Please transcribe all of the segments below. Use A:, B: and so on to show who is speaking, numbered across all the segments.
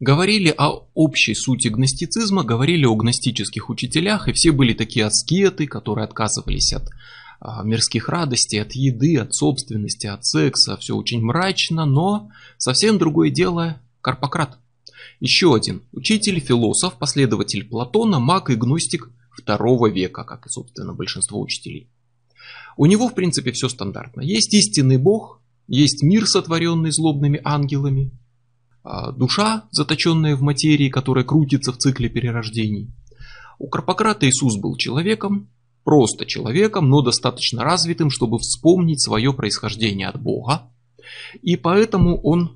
A: Говорили о общей сути гностицизма, говорили о гностических учителях, и все были такие аскеты, которые отказывались от мирских радостей, от еды, от собственности, от секса. Все очень мрачно, но совсем другое дело Карпократ. Еще один учитель, философ, последователь Платона, маг и гностик II века, как и, собственно, большинство учителей. У него, в принципе, все стандартно. Есть истинный Бог, есть мир, сотворенный злобными ангелами, душа, заточенная в материи, которая крутится в цикле перерождений. У Карпократа Иисус был человеком, просто человеком, но достаточно развитым, чтобы вспомнить свое происхождение от Бога. И поэтому он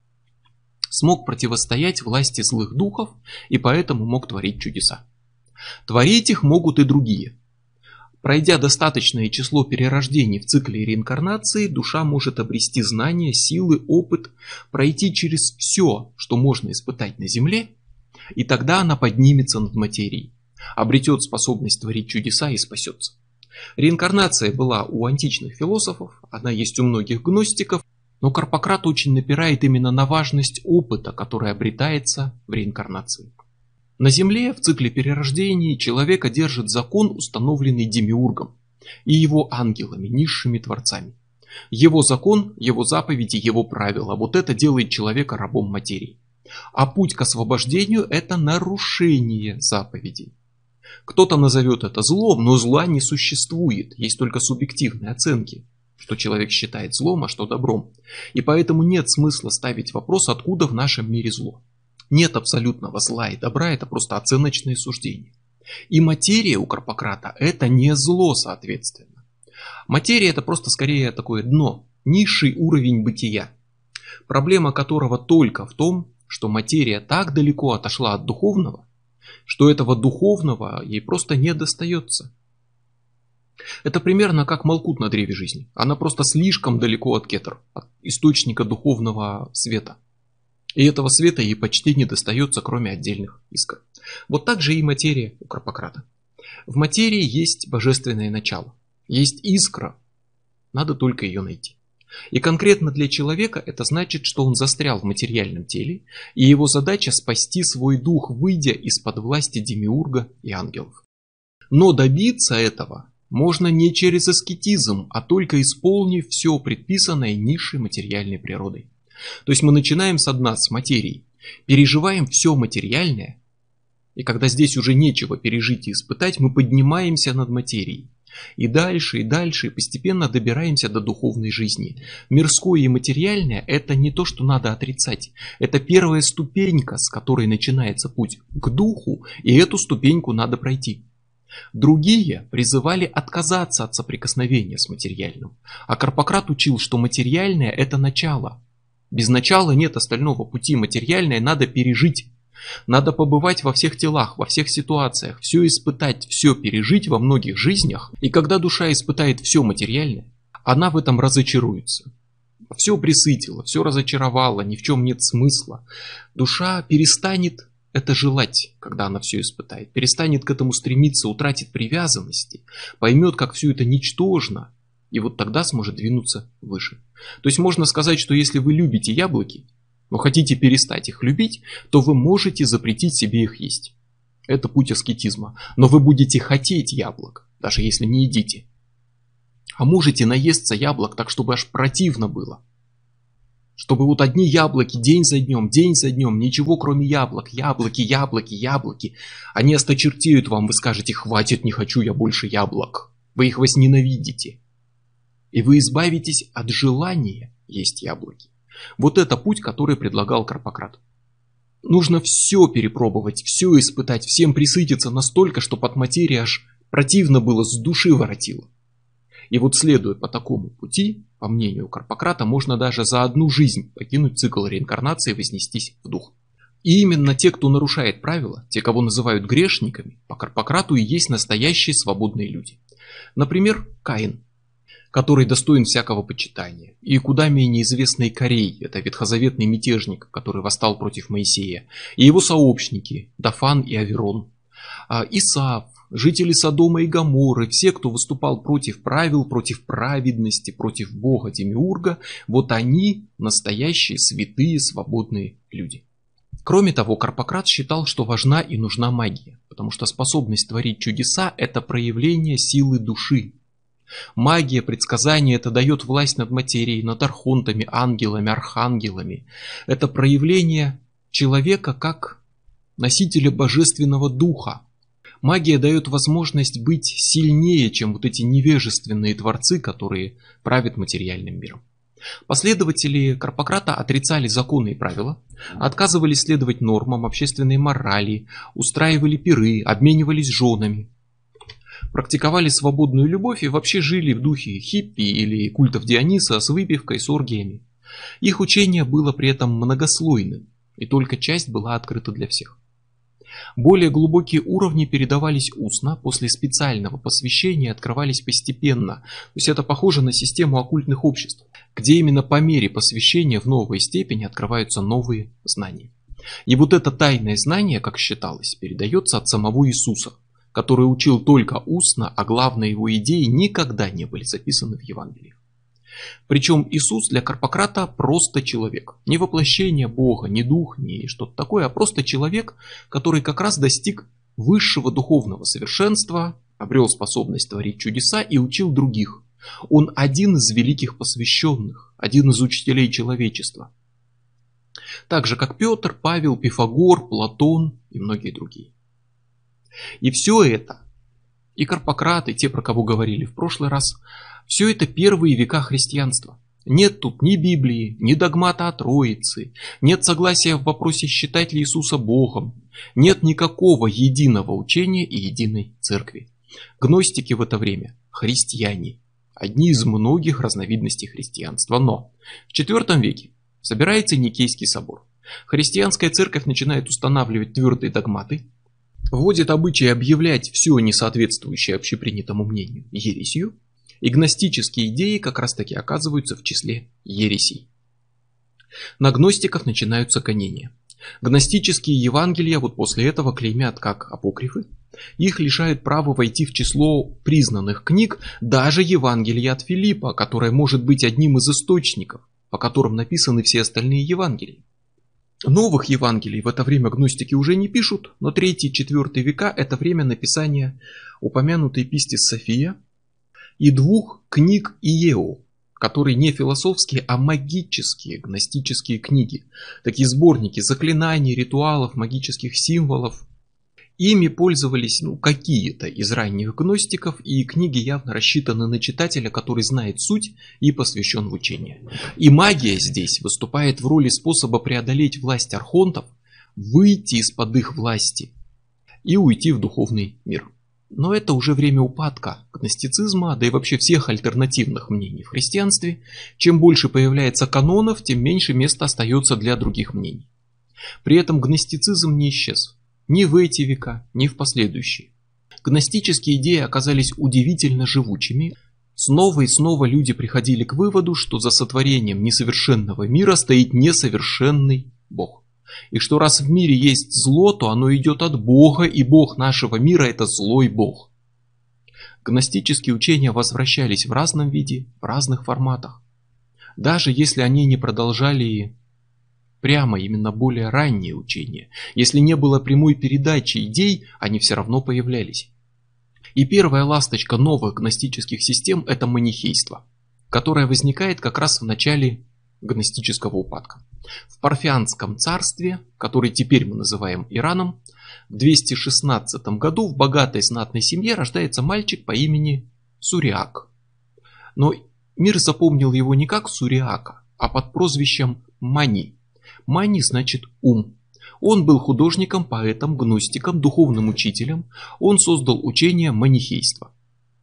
A: смог противостоять власти злых духов, и поэтому мог творить чудеса. Творить их могут и другие. Пройдя достаточное число перерождений в цикле реинкарнации, душа может обрести знания, силы, опыт, пройти через все, что можно испытать на Земле, и тогда она поднимется над материей, обретет способность творить чудеса и спасется. Реинкарнация была у античных философов, она есть у многих гностиков, но Карпократ очень напирает именно на важность опыта, который обретается в реинкарнации. На Земле в цикле перерождений человека держит закон, установленный Демиургом и его ангелами, низшими творцами. Его закон, его заповеди, его правила – вот это делает человека рабом материи. А путь к освобождению – это нарушение заповедей. Кто-то назовет это злом, но зла не существует, есть только субъективные оценки, что человек считает злом, а что добром. И поэтому нет смысла ставить вопрос, откуда в нашем мире зло. Нет абсолютного зла и добра, это просто оценочные суждения. И материя у Карпократа это не зло, соответственно. Материя это просто скорее такое дно, низший уровень бытия, проблема которого только в том, что материя так далеко отошла от духовного, что этого духовного ей просто не достается. Это примерно как Малкут на древе жизни. Она просто слишком далеко от кетер, от источника духовного света. И этого света ей почти не достается, кроме отдельных искр. Вот так же и материя у Карпократа. В материи есть божественное начало, есть искра, надо только ее найти. И конкретно для человека это значит, что он застрял в материальном теле, и его задача спасти свой дух, выйдя из-под власти Демиурга и ангелов. Но добиться этого можно не через аскетизм, а только исполнив все предписанное низшей материальной природой. То есть мы начинаем со дна, с материи, переживаем все материальное, и когда здесь уже нечего пережить и испытать, мы поднимаемся над материей. И дальше, и постепенно добираемся до духовной жизни. Мирское и материальное – это не то, что надо отрицать. Это первая ступенька, с которой начинается путь к духу, и эту ступеньку надо пройти. Другие призывали отказаться от соприкосновения с материальным. А Карпократ учил, что материальное – это начало. Без начала нет остального пути. Материальное надо пережить. Надо побывать во всех телах, во всех ситуациях, все испытать, все пережить во многих жизнях. И когда душа испытает все материальное, она в этом разочаруется. Все пресытило, все разочаровало, ни в чем нет смысла. Душа перестанет это желать, когда она все испытает. Перестанет к этому стремиться, утратит привязанности, поймет, как все это ничтожно. И вот тогда сможет двинуться выше. То есть можно сказать, что если вы любите яблоки, но хотите перестать их любить, то вы можете запретить себе их есть. Это путь аскетизма. Но вы будете хотеть яблок, даже если не едите. А можете наесться яблок так, чтобы аж противно было. Чтобы вот одни яблоки день за днем, ничего кроме яблок. Яблоки. Они осточертеют вам, вы скажете: хватит, не хочу я больше яблок. Вы их возненавидите. И вы избавитесь от желания есть яблоки. Вот это путь, который предлагал Карпократ. Нужно все перепробовать, все испытать, всем присытиться настолько, чтобы от материи аж противно было, с души воротило. И вот следуя по такому пути, по мнению Карпократа, можно даже за одну жизнь покинуть цикл реинкарнации и вознестись в дух. И именно те, кто нарушает правила, те, кого называют грешниками, по Карпократу и есть настоящие свободные люди. Например, Каин, который достоин всякого почитания, и куда менее известный Корей, это ветхозаветный мятежник, который восстал против Моисея, и его сообщники Дафан и Аверон, Исав, жители Содома и Гоморры, все, кто выступал против правил, против праведности, против Бога Демиурга, вот они настоящие святые свободные люди. Кроме того, Карпократ считал, что важна и нужна магия, потому что способность творить чудеса – это проявление силы души. Магия, предсказание – это дает власть над материей, над архонтами, ангелами, архангелами. Это проявление человека как носителя божественного духа. Магия дает возможность быть сильнее, чем вот эти невежественные творцы, которые правят материальным миром. Последователи Карпократа отрицали законы и правила, отказывались следовать нормам общественной морали, устраивали пиры, обменивались женами, практиковали свободную любовь и вообще жили в духе хиппи или культов Диониса с выпивкой, с оргиями. Их учение было при этом многослойным, и только часть была открыта для всех. Более глубокие уровни передавались устно, после специального посвящения открывались постепенно. То есть это похоже на систему оккультных обществ, где именно по мере посвящения в новой степени открываются новые знания. И вот это тайное знание, как считалось, передается от самого Иисуса, который учил только устно, а главные его идеи никогда не были записаны в Евангелиях. Причем Иисус для Карпократа просто человек. Не воплощение Бога, не дух, не что-то такое, а просто человек, который как раз достиг высшего духовного совершенства, обрел способность творить чудеса и учил других. Он один из великих посвященных, один из учителей человечества. Так же, как Петр, Павел, Пифагор, Платон и многие другие. И все это, и Карпократ, и те, про кого говорили в прошлый раз, все это первые века христианства. Нет тут ни Библии, ни догмата о Троице, нет согласия в вопросе, считать ли Иисуса Богом, нет никакого единого учения и единой церкви. Гностики в это время – христиане, одни из многих разновидностей христианства. Но в IV веке собирается Никейский собор. Христианская церковь начинает устанавливать твердые догматы, вводит обычай объявлять все несоответствующее общепринятому мнению ересью, и гностические идеи как раз таки оказываются в числе ересей. На гностиков начинаются гонения. Гностические Евангелия вот после этого клеймят как апокрифы. Их лишают права войти в число признанных книг, даже Евангелие от Филиппа, которое может быть одним из источников, по которым написаны все остальные Евангелия. Новых Евангелий в это время гностики уже не пишут, но 3-4 века – это время написания упомянутой Пистис София и 2 книг Иеу, которые не философские, а магические гностические книги. Такие сборники заклинаний, ритуалов, магических символов. Ими пользовались какие-то из ранних гностиков, и книги явно рассчитаны на читателя, который знает суть и посвящен в учение. И магия здесь выступает в роли способа преодолеть власть архонтов, выйти из-под их власти и уйти в духовный мир. Но это уже время упадка гностицизма, да и вообще всех альтернативных мнений в христианстве. Чем больше появляется канонов, тем меньше места остается для других мнений. При этом гностицизм не исчез. Ни в эти века, ни в последующие. Гностические идеи оказались удивительно живучими. Снова и снова люди приходили к выводу, что за сотворением несовершенного мира стоит несовершенный Бог. И что раз в мире есть зло, то оно идет от Бога, и Бог нашего мира – это злой Бог. Гностические учения возвращались в разном виде, в разных форматах. Даже если они не продолжали прямо именно более ранние учения, если не было прямой передачи идей, они все равно появлялись. И первая ласточка новых гностических систем – это манихейство, которое возникает как раз в начале гностического упадка. В Парфянском царстве, который теперь мы называем Ираном, в 216 году в богатой знатной семье рождается мальчик по имени Суриак. Но мир запомнил его не как Суриака, а под прозвищем Мани. Мани значит ум. Он был художником, поэтом, гностиком, духовным учителем. Он создал учение манихейства.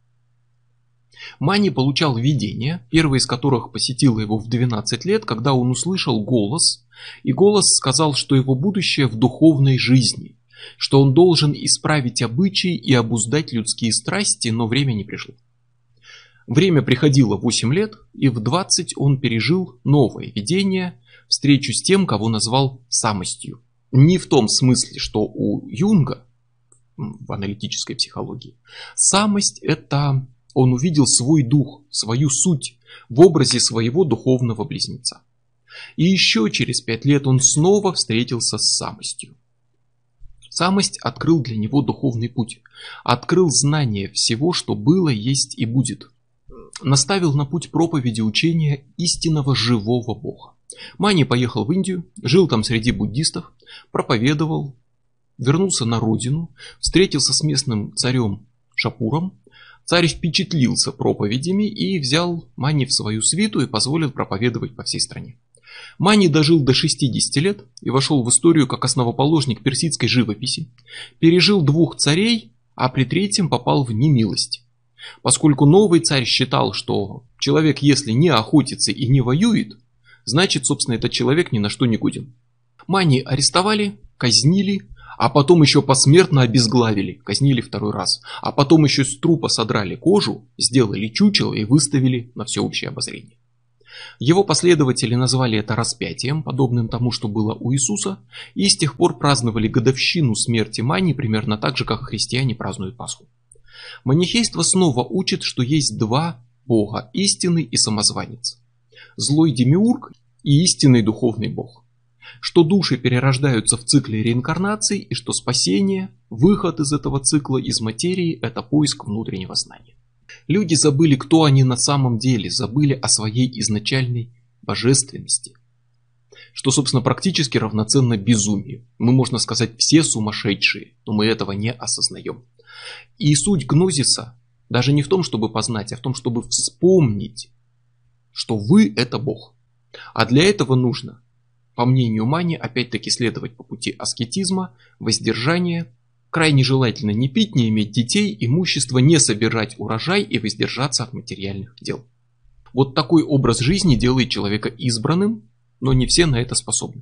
A: Мани получал видения, первое из которых посетило его в 12 лет, когда он услышал голос, и голос сказал, что его будущее в духовной жизни, что он должен исправить обычаи и обуздать людские страсти, но время не пришло. Время приходило 8 лет, и в 20 он пережил новое видение, встречу с тем, кого назвал самостью. Не в том смысле, что у Юнга в аналитической психологии самость – это он увидел свой дух, свою суть в образе своего духовного близнеца. И еще через 5 лет он снова встретился с самостью. Самость открыл для него духовный путь, открыл знание всего, что было, есть и будет. Наставил на путь проповеди учения истинного живого Бога. Мани поехал в Индию, жил там среди буддистов, проповедовал, вернулся на родину, встретился с местным царем Шапуром. Царь впечатлился проповедями и взял Мани в свою свиту и позволил проповедовать по всей стране. Мани дожил до 60 лет и вошел в историю как основоположник персидской живописи, пережил 2 царей, а при 3-м попал в немилость. Поскольку новый царь считал, что человек, если не охотится и не воюет, значит, собственно, этот человек ни на что не годен. Мани арестовали, казнили, а потом еще посмертно обезглавили, казнили 2-й раз, а потом еще с трупа содрали кожу, сделали чучело и выставили на всеобщее обозрение. Его последователи назвали это распятием, подобным тому, что было у Иисуса, и с тех пор праздновали годовщину смерти Мани примерно так же, как христиане празднуют Пасху. Манихейство снова учит, что есть 2 Бога, истинный и самозванец. Злой демиург и истинный духовный Бог. Что души перерождаются в цикле реинкарнации и что спасение, выход из этого цикла, из материи – это поиск внутреннего знания. Люди забыли, кто они на самом деле, забыли о своей изначальной божественности. Что, собственно, практически равноценно безумию. Мы, можно сказать, все сумасшедшие, но мы этого не осознаем. И суть гнозиса даже не в том, чтобы познать, а в том, чтобы вспомнить, что вы – это Бог. А для этого нужно, по мнению Мани, опять-таки следовать по пути аскетизма, воздержания, крайне желательно не пить, не иметь детей, имущество, не собирать урожай и воздержаться от материальных дел. Вот такой образ жизни делает человека избранным, но не все на это способны.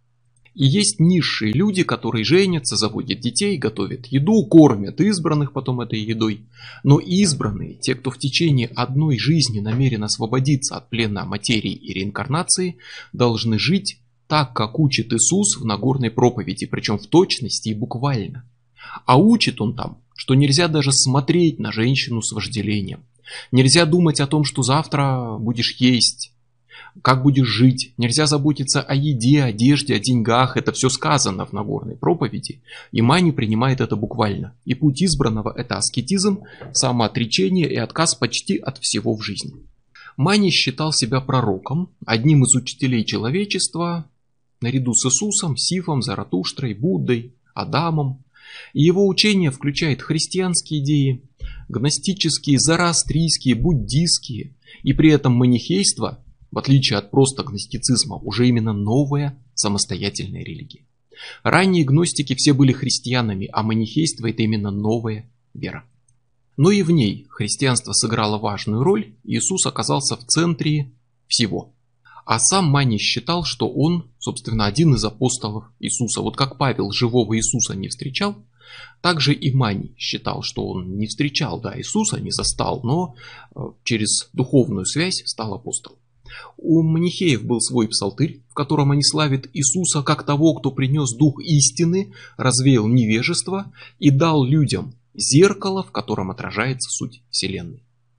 A: И есть низшие люди, которые женятся, заводят детей, готовят еду, кормят избранных потом этой едой. Но избранные, те, кто в течение одной жизни намерен освободиться от плена материи и реинкарнации, должны жить так, как учит Иисус в Нагорной проповеди, причем в точности и буквально. А учит он там, что нельзя даже смотреть на женщину с вожделением. Нельзя думать о том, что завтра будешь есть, как будешь жить. Нельзя заботиться о еде, одежде, о деньгах. Это все сказано в Нагорной проповеди. И Мани принимает это буквально. И путь избранного – это аскетизм, самоотречение и отказ почти от всего в жизни. Мани считал себя пророком, одним из учителей человечества, наряду с Иисусом, Сифом, Заратуштрой, Буддой, Адамом. И его учение включает христианские идеи, гностические, зороастрийские, буддийские, и при этом манихейство, в отличие от просто гностицизма, уже именно новая самостоятельная религия. Ранние гностики все были христианами, а манихейство – это именно новая вера. Но и в ней христианство сыграло важную роль, и Иисус оказался в центре всего. А сам Мани считал, что он, собственно, один из апостолов Иисуса. Вот как Павел живого Иисуса не встречал, так же и Мани считал, что он не встречал, да, Иисуса, не застал, но через духовную связь стал апостолом. У манихеев был свой псалтырь, в котором они славят Иисуса как того, кто принес дух истины, развеял невежество и дал людям зеркало, в котором отражается суть Вселенной.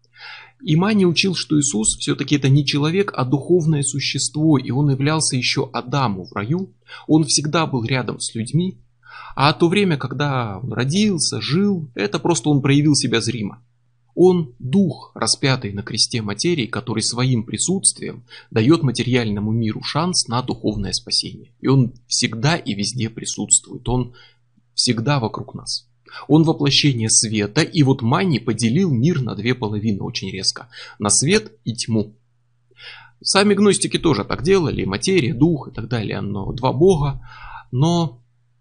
A: И Мани учил, что Иисус все-таки это не человек, а духовное существо, и он являлся еще Адаму в раю. Он всегда был рядом с людьми, а то время, когда он родился, жил, это просто он проявил себя зримо. Он дух, распятый на кресте материи, который своим присутствием дает материальному миру шанс на духовное спасение. И он всегда и везде присутствует, он всегда вокруг нас. Он воплощение света, и вот Мани поделил мир на 2 половины очень резко, на свет и тьму. Сами гностики тоже так делали, материя, дух и так далее, но 2 бога, но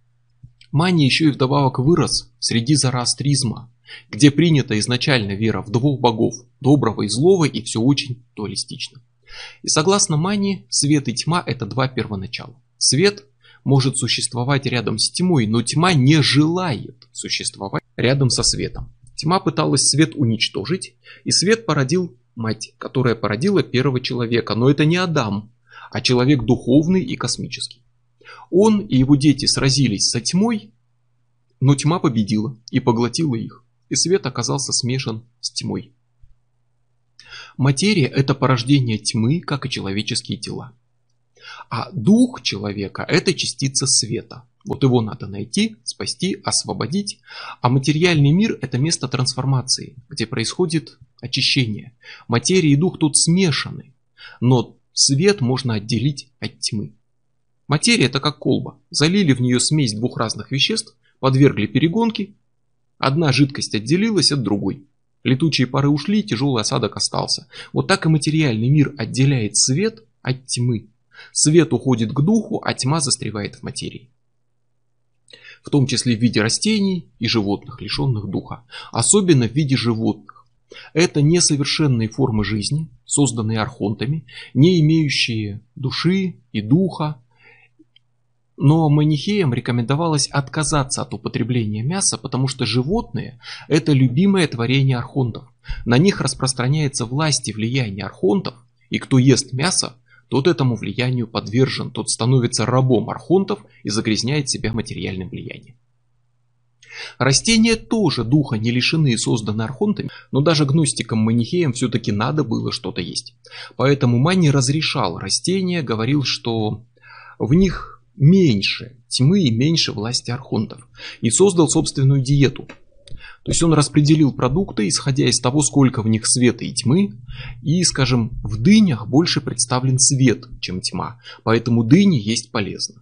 A: Мани еще и вдобавок вырос среди зороастризма, где принята изначально вера в 2 богов, доброго и злого, и все очень дуалистично. И согласно Мани, свет и тьма – это 2 первоначала. Свет может существовать рядом с тьмой, но тьма не желает существовать рядом со светом. Тьма пыталась свет уничтожить, и свет породил мать, которая породила первого человека. Но это не Адам, а человек духовный и космический. Он и его дети сразились со тьмой, но тьма победила и поглотила их, и свет оказался смешан с тьмой. Материя – это порождение тьмы, как и человеческие тела. А дух человека – это частица света. Вот его надо найти, спасти, освободить. А материальный мир – это место трансформации, где происходит очищение. Материя и дух тут смешаны, но свет можно отделить от тьмы. Материя – это как колба. Залили в нее смесь двух разных веществ, подвергли перегонке. Одна жидкость отделилась от другой. Летучие пары ушли, тяжелый осадок остался. Вот так и материальный мир отделяет свет от тьмы. Свет уходит к духу, а тьма застревает в материи. В том числе в виде растений и животных, лишенных духа. Особенно в виде животных. Это несовершенные формы жизни, созданные архонтами, не имеющие души и духа. Но манихеям рекомендовалось отказаться от употребления мяса, потому что животные – это любимое творение архонтов. На них распространяется власть и влияние архонтов, и кто ест мясо, тот этому влиянию подвержен, тот становится рабом архонтов и загрязняет себя материальным влиянием. Растения тоже духа не лишены и созданы архонтами, но даже гностикам-манихеям все-таки надо было что-то есть. Поэтому Мани разрешал растения, говорил, что в них меньше тьмы и меньше власти архонтов. И создал собственную диету. То есть он распределил продукты, исходя из того, сколько в них света и тьмы. И, скажем, в дынях больше представлен свет, чем тьма. Поэтому дыни есть полезно.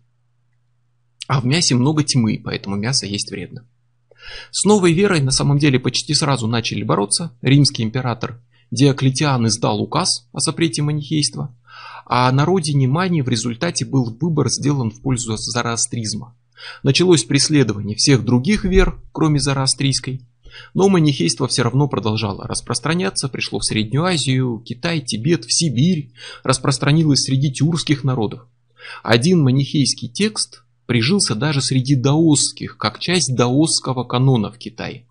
A: А в мясе много тьмы, поэтому мясо есть вредно. С новой верой на самом деле почти сразу начали бороться. Римский император Диоклетиан издал указ о запрете манихейства. А на родине Мани в результате был выбор сделан в пользу зороастризма. Началось преследование всех других вер, кроме зороастрийской, но манихейство все равно продолжало распространяться, пришло в Среднюю Азию, Китай, Тибет, в Сибирь, распространилось среди тюркских народов. Один манихейский текст прижился даже среди даосских, как часть даосского канона в Китае.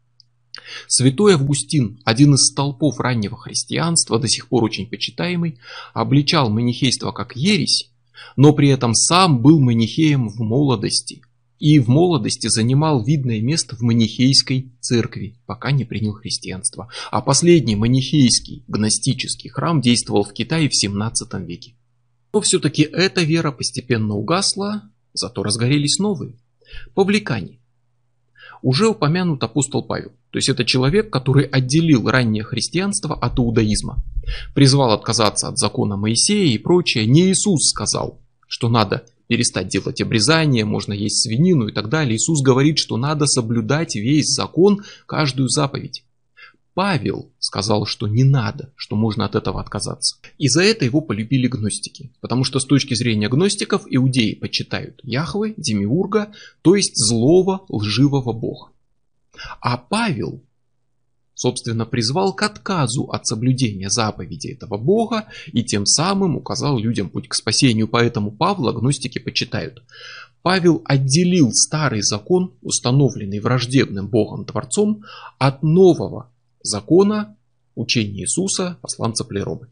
A: Святой Августин, один из столпов раннего христианства, до сих пор очень почитаемый, обличал манихейство как ересь, но при этом сам был манихеем в молодости. И в молодости занимал видное место в манихейской церкви, пока не принял христианство. А последний манихейский гностический храм действовал в Китае в 17 веке. Но все-таки эта вера постепенно угасла, зато разгорелись новые. Павликане. Уже упомянут апостол Павел. То есть это человек, который отделил раннее христианство от иудаизма. Призвал отказаться от закона Моисея и прочее. Не Иисус сказал, что надо перестать делать обрезание, можно есть свинину и так далее. Иисус говорит, что надо соблюдать весь закон, каждую заповедь. Павел сказал, что не надо, что можно от этого отказаться. И за это его полюбили гностики. Потому что с точки зрения гностиков иудеи почитают Яхве, Демиурга, то есть злого, лживого бога. А Павел, собственно, призвал к отказу от соблюдения заповедей этого бога и тем самым указал людям путь к спасению. Поэтому Павла гностики почитают. Павел отделил старый закон, установленный враждебным Богом-творцом, от нового закона учения Иисуса, посланца Плеробы.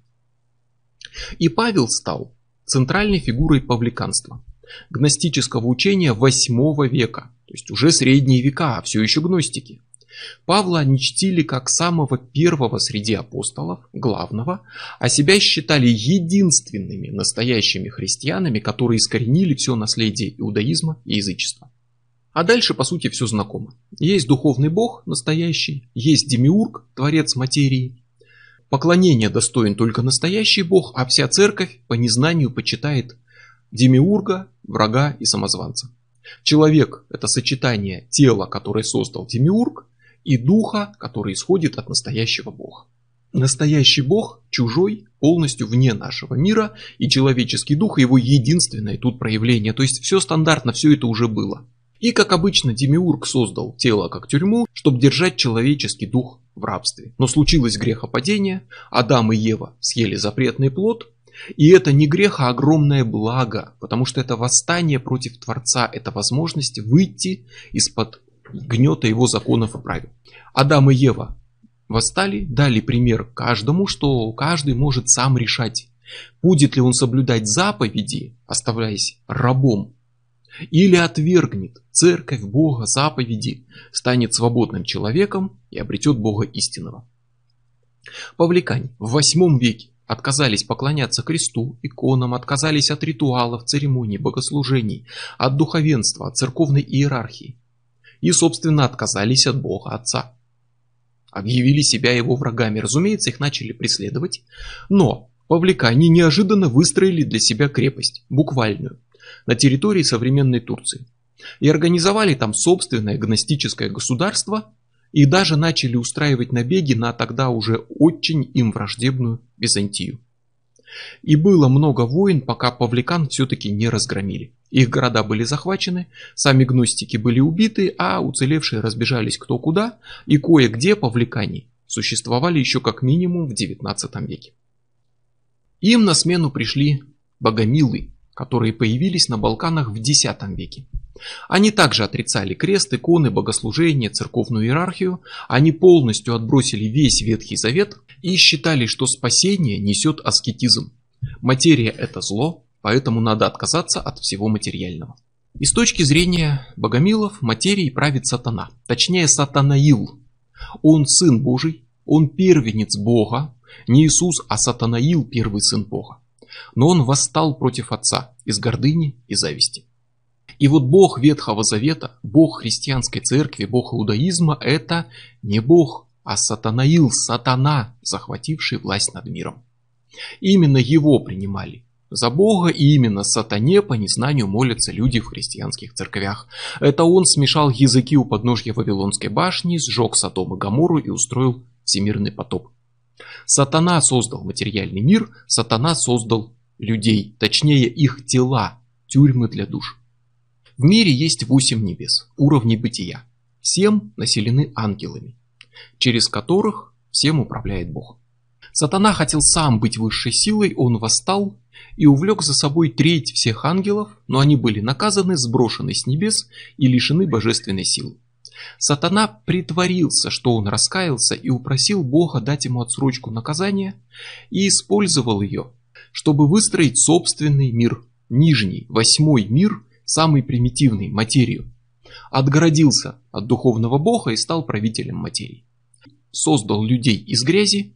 A: И Павел стал центральной фигурой павликанства, гностического учения 8 века, то есть уже средние века, а все еще гностики. Павла не чтили как самого первого среди апостолов, главного, а себя считали единственными настоящими христианами, которые искоренили все наследие иудаизма и язычества. А дальше, по сути, все знакомо. Есть духовный бог настоящий, есть демиург, творец материи. Поклонение достоин только настоящий бог, а вся церковь по незнанию почитает демиурга, врага и самозванца. Человек – это сочетание тела, которое создал демиург, и духа, который исходит от настоящего бога. Настоящий бог чужой, полностью вне нашего мира, и человеческий дух – его единственное тут проявление. То есть все стандартно, все это уже было. И, как обычно, демиург создал тело как тюрьму, чтобы держать человеческий дух в рабстве. Но случилось грехопадение, Адам и Ева съели запретный плод, и это не грех, а огромное благо, потому что это восстание против Творца, это возможность выйти из-под гнета его законов и правил. Адам и Ева восстали, дали пример каждому, что каждый может сам решать, будет ли он соблюдать заповеди, оставаясь рабом, или отвергнет церковь, Бога, заповеди, станет свободным человеком и обретет Бога истинного. Павликане в 8 веке отказались поклоняться кресту, иконам, отказались от ритуалов, церемоний, богослужений, от духовенства, от церковной иерархии. И, собственно, отказались от Бога Отца. Объявили себя его врагами. Разумеется, их начали преследовать. Но павликане неожиданно выстроили для себя крепость, буквальную, на территории современной Турции. И организовали там собственное гностическое государство, и даже начали устраивать набеги на тогда уже очень им враждебную Византию. И было много войн, пока павликан все-таки не разгромили. Их города были захвачены, сами гностики были убиты, а уцелевшие разбежались кто куда, и кое-где павликане существовали еще как минимум в XIX веке. Им на смену пришли богомилы, которые появились на Балканах в X веке. Они также отрицали крест, иконы, богослужения, церковную иерархию. Они полностью отбросили весь Ветхий Завет и считали, что спасение несет аскетизм. Материя – это зло, поэтому надо отказаться от всего материального. И с точки зрения богомилов материей правит сатана, точнее Сатанаил. Он сын Божий, он первенец Бога, не Иисус, а Сатанаил, первый сын Бога. Но он восстал против Отца из гордыни и зависти. И вот Бог Ветхого Завета, Бог христианской церкви, Бог иудаизма – это не Бог, а Сатанаил, сатана, захвативший власть над миром. Именно его принимали за Бога, и именно сатане по незнанию молятся люди в христианских церквях. Это он смешал языки у подножья Вавилонской башни, сжег Содом и Гоморру и устроил всемирный потоп. Сатана создал материальный мир, сатана создал людей, точнее их тела, тюрьмы для душ. В мире есть 8 небес, уровней бытия. 7 населены ангелами, через которых всем управляет Бог. Сатана хотел сам быть высшей силой, он восстал и увлек за собой треть всех ангелов, но они были наказаны, сброшены с небес и лишены божественной силы. Сатана притворился, что он раскаялся и упросил Бога дать ему отсрочку наказания и использовал ее, чтобы выстроить собственный мир, нижний, 8-й мир, самый примитивный, материю. Отгородился от духовного Бога и стал правителем материи. Создал людей из грязи,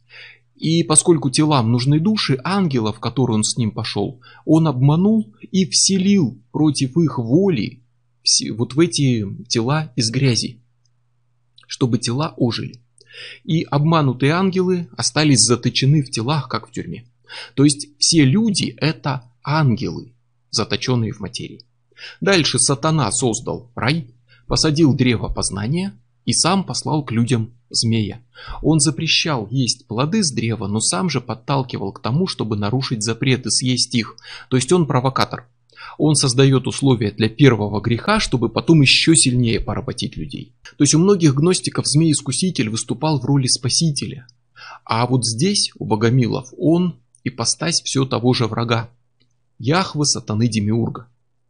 A: и поскольку телам нужны души, ангелов, в которые он с ним пошел, он обманул и вселил против их воли вот в эти тела из грязи, чтобы тела ожили. И обманутые ангелы остались заточены в телах, как в тюрьме. То есть все люди – это ангелы, заточенные в материи. Дальше сатана создал рай, посадил древо познания и сам послал к людям змея. Он запрещал есть плоды с древа, но сам же подталкивал к тому, чтобы нарушить запреты, съесть их. То есть он провокатор. Он создает условия для первого греха, чтобы потом еще сильнее поработить людей. То есть у многих гностиков змей-искуситель выступал в роли спасителя. А вот здесь, у богомилов, он ипостась все того же врага. Яхве сатаны Демиурга.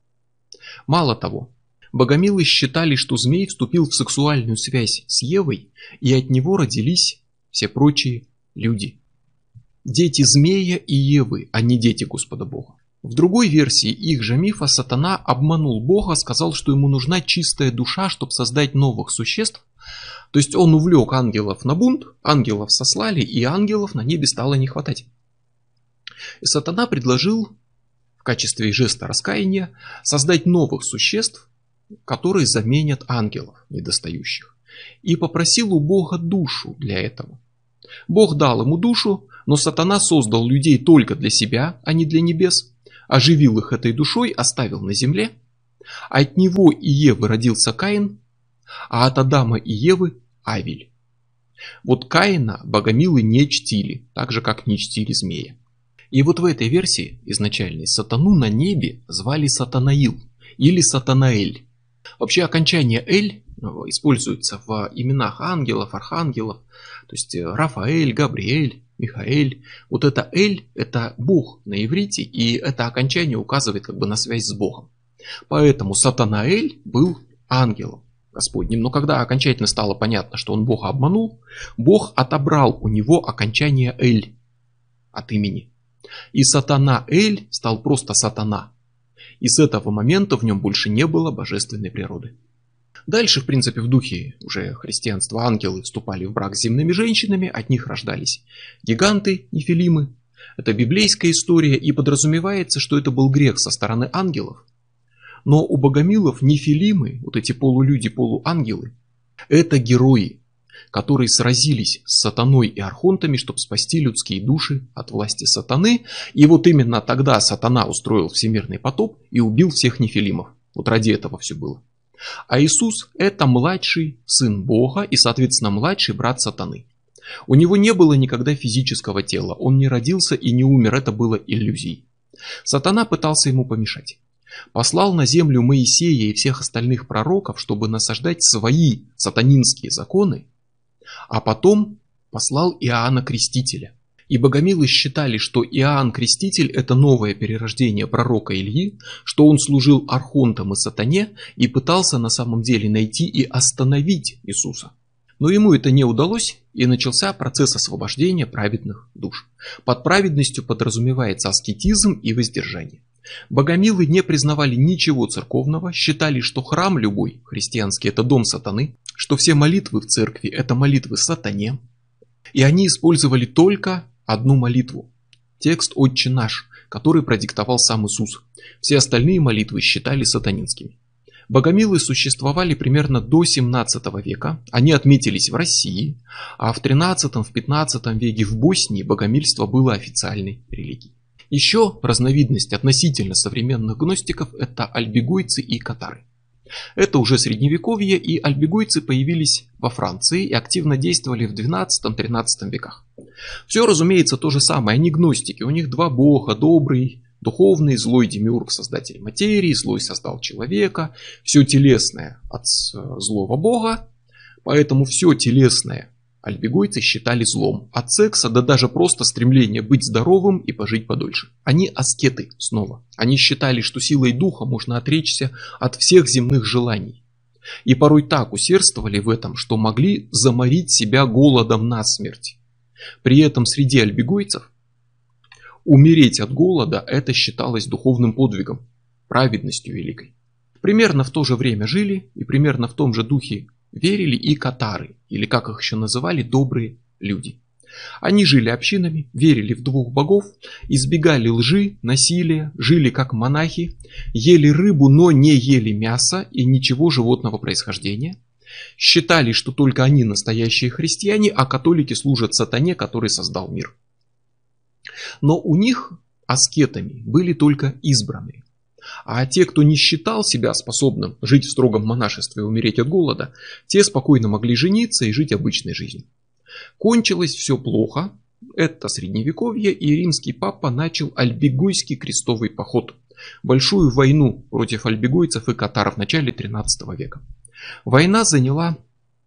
A: Мало того, богомилы считали, что змей вступил в сексуальную связь с Евой, и от него родились все прочие люди. Дети змея и Евы, а не дети Господа Бога. В другой версии их же мифа сатана обманул Бога, сказал, что ему нужна чистая душа, чтобы создать новых существ. То есть он увлек ангелов на бунт, ангелов сослали, и ангелов на небе стало не хватать. И сатана предложил в качестве жеста раскаяния создать новых существ, которые заменят ангелов недостающих. И попросил у Бога душу для этого. Бог дал ему душу, но сатана создал людей только для себя, а не для небес. Оживил их этой душой, оставил на земле. От него и Евы родился Каин, а от Адама и Евы Авель. Вот Каина богомилы не чтили, так же как не чтили змея. И вот в этой версии изначальной сатану на небе звали Сатанаил или Сатанаэль. Вообще окончание «эль» используется в именах ангелов, архангелов, то есть Рафаэль, Габриэль, Михаэль. Вот это «эль» – это Бог на иврите, и это окончание указывает как бы на связь с Богом. Поэтому Сатанаэль был ангелом Господним. Но когда окончательно стало понятно, что он Бога обманул, Бог отобрал у него окончание «эль» от имени. И Сатанаэль стал просто сатана. И с этого момента в нем больше не было божественной природы. Дальше, в принципе, в духе уже христианства ангелы вступали в брак с земными женщинами, от них рождались гиганты, нефилимы. Это библейская история, и подразумевается, что это был грех со стороны ангелов. Но у богомилов нефилимы, вот эти полулюди, полуангелы, это герои, которые сразились с сатаной и архонтами, чтобы спасти людские души от власти сатаны. И вот именно тогда сатана устроил всемирный потоп и убил всех нефилимов. Вот ради этого все было. А Иисус – это младший сын Бога и, соответственно, младший брат сатаны. У него не было никогда физического тела, он не родился и не умер, это было иллюзией. Сатана пытался ему помешать. Послал на землю Моисея и всех остальных пророков, чтобы насаждать свои сатанинские законы, а потом послал Иоанна Крестителя. И богомилы считали, что Иоанн Креститель – это новое перерождение пророка Ильи, что он служил архонтом и сатане и пытался на самом деле найти и остановить Иисуса. Но ему это не удалось, и начался процесс освобождения праведных душ. Под праведностью подразумевается аскетизм и воздержание. Богомилы не признавали ничего церковного, считали, что храм любой христианский – это дом сатаны, что все молитвы в церкви – это молитвы сатане. И они использовали только одну молитву – текст «Отче наш», который продиктовал сам Иисус. Все остальные молитвы считали сатанинскими. Богомилы существовали примерно до 17 века, они отметились в России, а в 13-15 веке в Боснии богомильство было официальной религией. Еще разновидность относительно современных гностиков – это альбегойцы и катары. Это уже средневековье, и альбегойцы появились во Франции и активно действовали в 12-13 веках. Все, разумеется, то же самое, они гностики, у них два бога, добрый, духовный, злой демиург, создатель материи, злой создал человека, все телесное от злого бога, поэтому все телесное альбегойцы считали злом, от секса до даже просто стремления быть здоровым и пожить подольше. Они аскеты снова. Они считали, что силой духа можно отречься от всех земных желаний. И порой так усердствовали в этом, что могли заморить себя голодом насмерть. При этом среди альбегойцев умереть от голода это считалось духовным подвигом, праведностью великой. Примерно в то же время жили и примерно в том же духе верили и катары, или как их еще называли, добрые люди. Они жили общинами, верили в двух богов, избегали лжи, насилия, жили как монахи, ели рыбу, но не ели мясо и ничего животного происхождения. Считали, что только они настоящие христиане, а католики служат сатане, который создал мир. Но у них аскетами были только избранные. А те, кто не считал себя способным жить в строгом монашестве и умереть от голода, те спокойно могли жениться и жить обычной жизнью. Кончилось все плохо, это средневековье, и римский папа начал альбегойский крестовый поход, большую войну против альбегойцев и катар в начале 13 века. Война заняла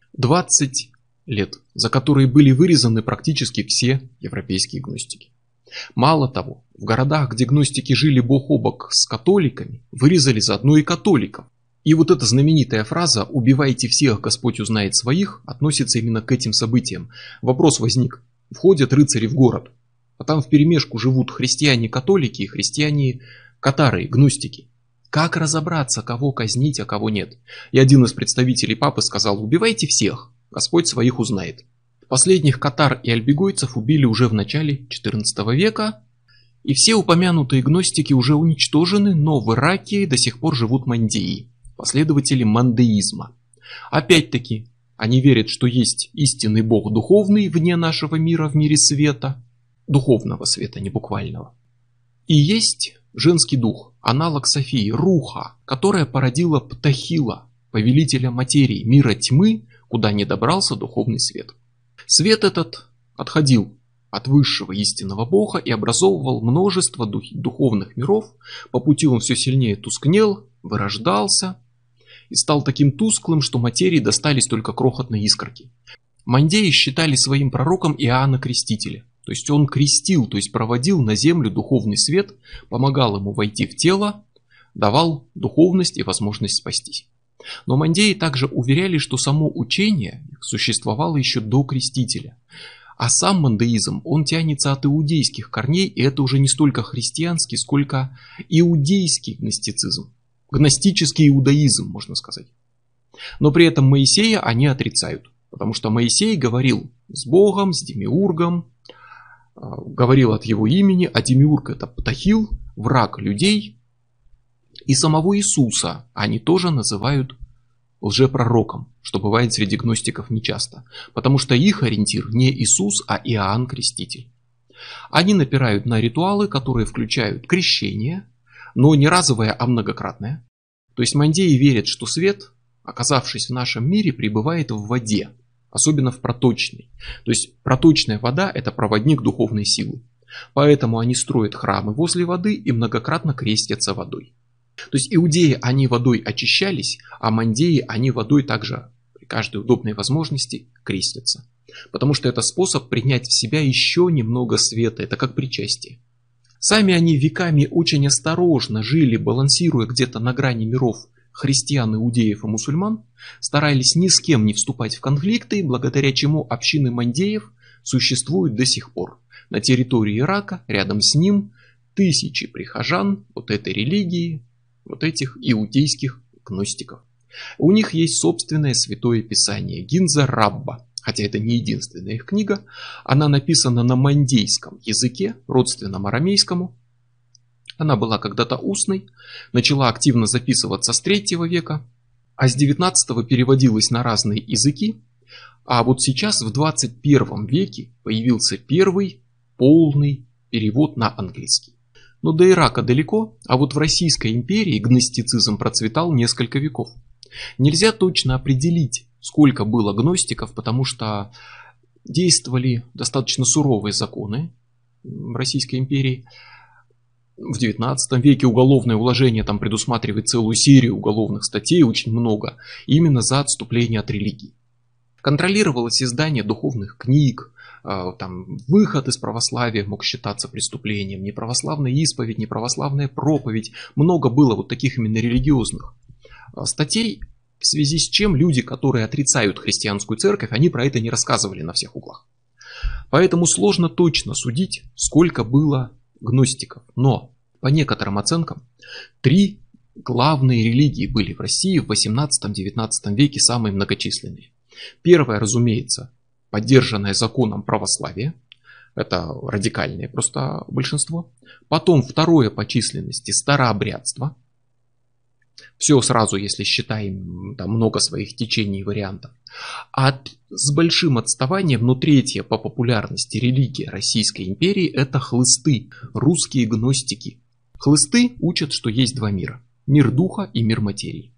A: 20 лет, за которые были вырезаны практически все европейские гностики. Мало того, в городах, где гностики жили бок о бок с католиками, вырезали заодно и католиков. И вот эта знаменитая фраза «убивайте всех, Господь узнает своих» относится именно к этим событиям. Вопрос возник. Входят рыцари в город, а там вперемешку живут христиане-католики и христиане-катары, гностики. Как разобраться, кого казнить, а кого нет? И один из представителей папы сказал «убивайте всех, Господь своих узнает». Последних катар и альбегойцев убили уже в начале XIV века, и все упомянутые гностики уже уничтожены, но в Ираке до сих пор живут мандеи, последователи мандеизма. Опять-таки, они верят, что есть истинный бог духовный вне нашего мира, в мире света, духовного света, не буквального. И есть женский дух, аналог Софии, Руха, которая породила Птахила, повелителя материи, мира тьмы, куда не добрался духовный свет. Свет этот отходил от высшего истинного Бога и образовывал множество духовных миров. По пути он все сильнее тускнел, вырождался и стал таким тусклым, что материи достались только крохотные искорки. Мандеи считали своим пророком Иоанна Крестителя. То есть он крестил, то есть проводил на землю духовный свет, помогал ему войти в тело, давал духовность и возможность спастись. Но мандеи также уверяли, что само учение существовало еще до Крестителя. А сам мандеизм, он тянется от иудейских корней, и это уже не столько христианский, сколько иудейский гностицизм. Гностический иудаизм, можно сказать. Но при этом Моисея они отрицают, потому что Моисей говорил с Богом, с Демиургом, говорил от его имени, а Демиург это Птахил, враг людей, и самого Иисуса они тоже называют лжепророком, что бывает среди гностиков нечасто, потому что их ориентир не Иисус, а Иоанн Креститель. Они напирают на ритуалы, которые включают крещение, но не разовое, а многократное. То есть мандеи верят, что свет, оказавшись в нашем мире, пребывает в воде, особенно в проточной. То есть проточная вода – это проводник духовной силы. Поэтому они строят храмы возле воды и многократно крестятся водой. То есть иудеи, они водой очищались, а мандеи, они водой также при каждой удобной возможности крестятся. Потому что это способ принять в себя еще немного света, это как причастие. Сами они веками очень осторожно жили, балансируя где-то на грани миров христиан, иудеев и мусульман, старались ни с кем не вступать в конфликты, благодаря чему общины мандеев существуют до сих пор. На территории Ирака, рядом с ним, тысячи прихожан вот этой религии, вот этих иудейских гностиков. У них есть собственное святое писание Гинза Рабба, хотя это не единственная их книга. Она написана на мандейском языке, родственном арамейскому. Она была когда-то устной, начала активно записываться с 3 века, а с 19 переводилась на разные языки. А вот сейчас, в 21 веке, появился первый полный перевод на английский. Но до Ирака далеко, а вот в Российской империи гностицизм процветал несколько веков. Нельзя точно определить, сколько было гностиков, потому что действовали достаточно суровые законы в Российской империи. В 19 веке уголовное уложение там предусматривает целую серию уголовных статей, очень много, именно за отступление от религии. Контролировалось издание духовных книг, там, выход из православия мог считаться преступлением, неправославная исповедь, неправославная проповедь. Много было вот таких именно религиозных статей, в связи с чем люди, которые отрицают христианскую церковь, они про это не рассказывали на всех углах. Поэтому сложно точно судить, сколько было гностиков. Но по некоторым оценкам 3 главные религии были в России в 18-19 веке, самые многочисленные. Первая, разумеется, поддержанное законом православие, это радикальное просто большинство. Потом второе по численности старообрядство. Все сразу, если считаем, там много своих течений и вариантов. А с большим отставанием, но третья по популярности религия Российской империи – это хлысты, русские гностики. Хлысты учат, что есть 2 мира – мир духа и мир материи.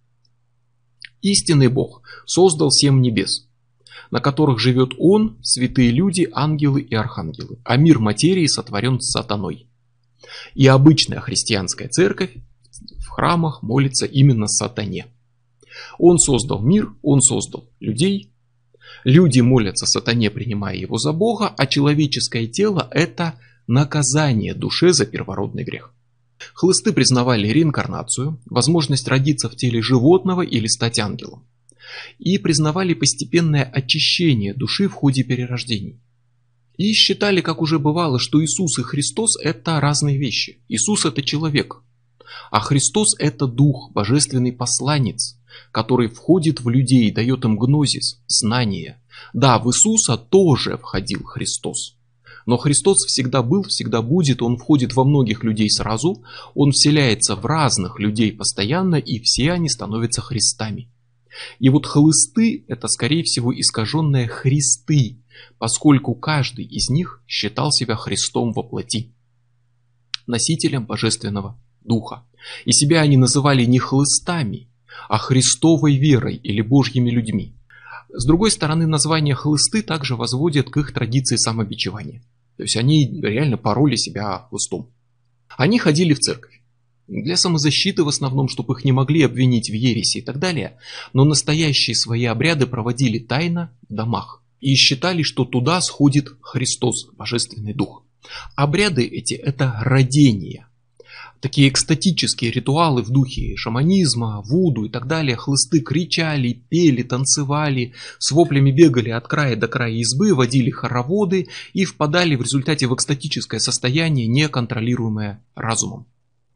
A: Истинный Бог создал 7 небес, на которых живет Он, святые люди, ангелы и архангелы, а мир материи сотворен сатаной. И обычная христианская церковь в храмах молится именно сатане. Он создал мир, Он создал людей, люди молятся сатане, принимая его за Бога, а человеческое тело – это наказание душе за первородный грех. Хлысты признавали реинкарнацию, возможность родиться в теле животного или стать ангелом. И признавали постепенное очищение души в ходе перерождений. И считали, как уже бывало, что Иисус и Христос – это разные вещи. Иисус – это человек, а Христос – это дух, божественный посланец, который входит в людей, дает им гнозис, знание. Да, в Иисуса тоже входил Христос. Но Христос всегда был, всегда будет, Он входит во многих людей сразу, Он вселяется в разных людей постоянно, и все они становятся Христами. И вот хлысты – это, скорее всего, искаженные Христы, поскольку каждый из них считал себя Христом во плоти, носителем Божественного Духа. И себя они называли не хлыстами, а Христовой верой или Божьими людьми. С другой стороны, название хлысты также возводят к их традиции самобичевания. То есть они реально пороли себя хлыстом. Они ходили в церковь. Для самозащиты в основном, чтобы их не могли обвинить в ереси и так далее. Но настоящие свои обряды проводили тайно в домах. И считали, что туда сходит Христос, Божественный Дух. Обряды эти – это родение. Такие экстатические ритуалы в духе шаманизма, вуду и так далее. Хлысты кричали, пели, танцевали, с воплями бегали от края до края избы, водили хороводы и впадали в результате в экстатическое состояние, неконтролируемое разумом.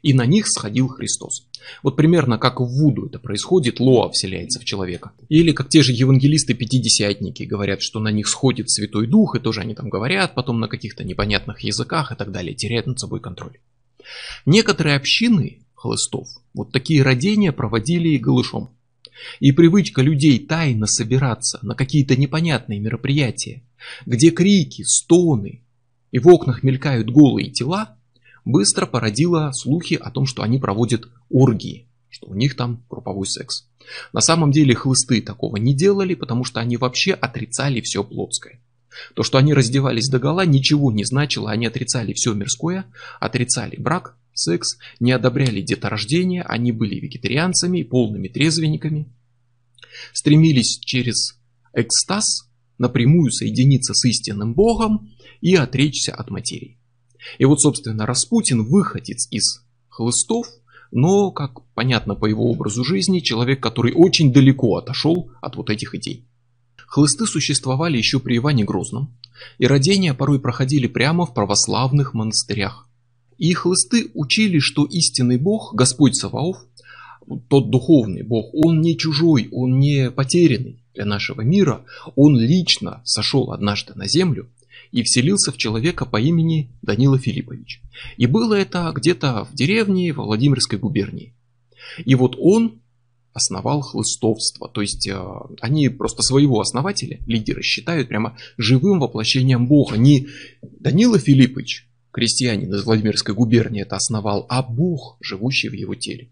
A: и на них сходил Христос. Вот примерно как в Вуду это происходит, Лоа вселяется в человека. Или как те же евангелисты-пятидесятники говорят, что на них сходит Святой Дух, и тоже они там говорят потом на каких-то непонятных языках и так далее, теряют над собой контроль. Некоторые общины хлыстов вот такие родения проводили голышом. И привычка людей тайно собираться на какие-то непонятные мероприятия, где крики, стоны и в окнах мелькают голые тела, быстро породила слухи о том, что они проводят оргии, что у них там групповой секс. На самом деле хлысты такого не делали, потому что они вообще отрицали все плотское. То, что они раздевались догола, ничего не значило, они отрицали все мирское, отрицали брак, секс, не одобряли деторождение, они были вегетарианцами, полными трезвенниками, стремились через экстаз напрямую соединиться с истинным Богом и отречься от материи. И вот, собственно, Распутин выходец из хлыстов, но, как понятно по его образу жизни, человек, который очень далеко отошел от вот этих идей. Хлысты существовали еще при Иване Грозном, и родения порой проходили прямо в православных монастырях. И хлысты учили, что истинный Бог, Господь Саваоф, тот духовный Бог, он не чужой, он не потерянный для нашего мира, он лично сошел однажды на землю и вселился в человека по имени Данила Филиппович. И было это где-то в деревне во Владимирской губернии. И вот он основал хлыстовство, то есть они просто своего основателя, лидера, считают прямо живым воплощением Бога. Не Данила Филиппович, крестьянин из Владимирской губернии, это основал, а Бог, живущий в его теле.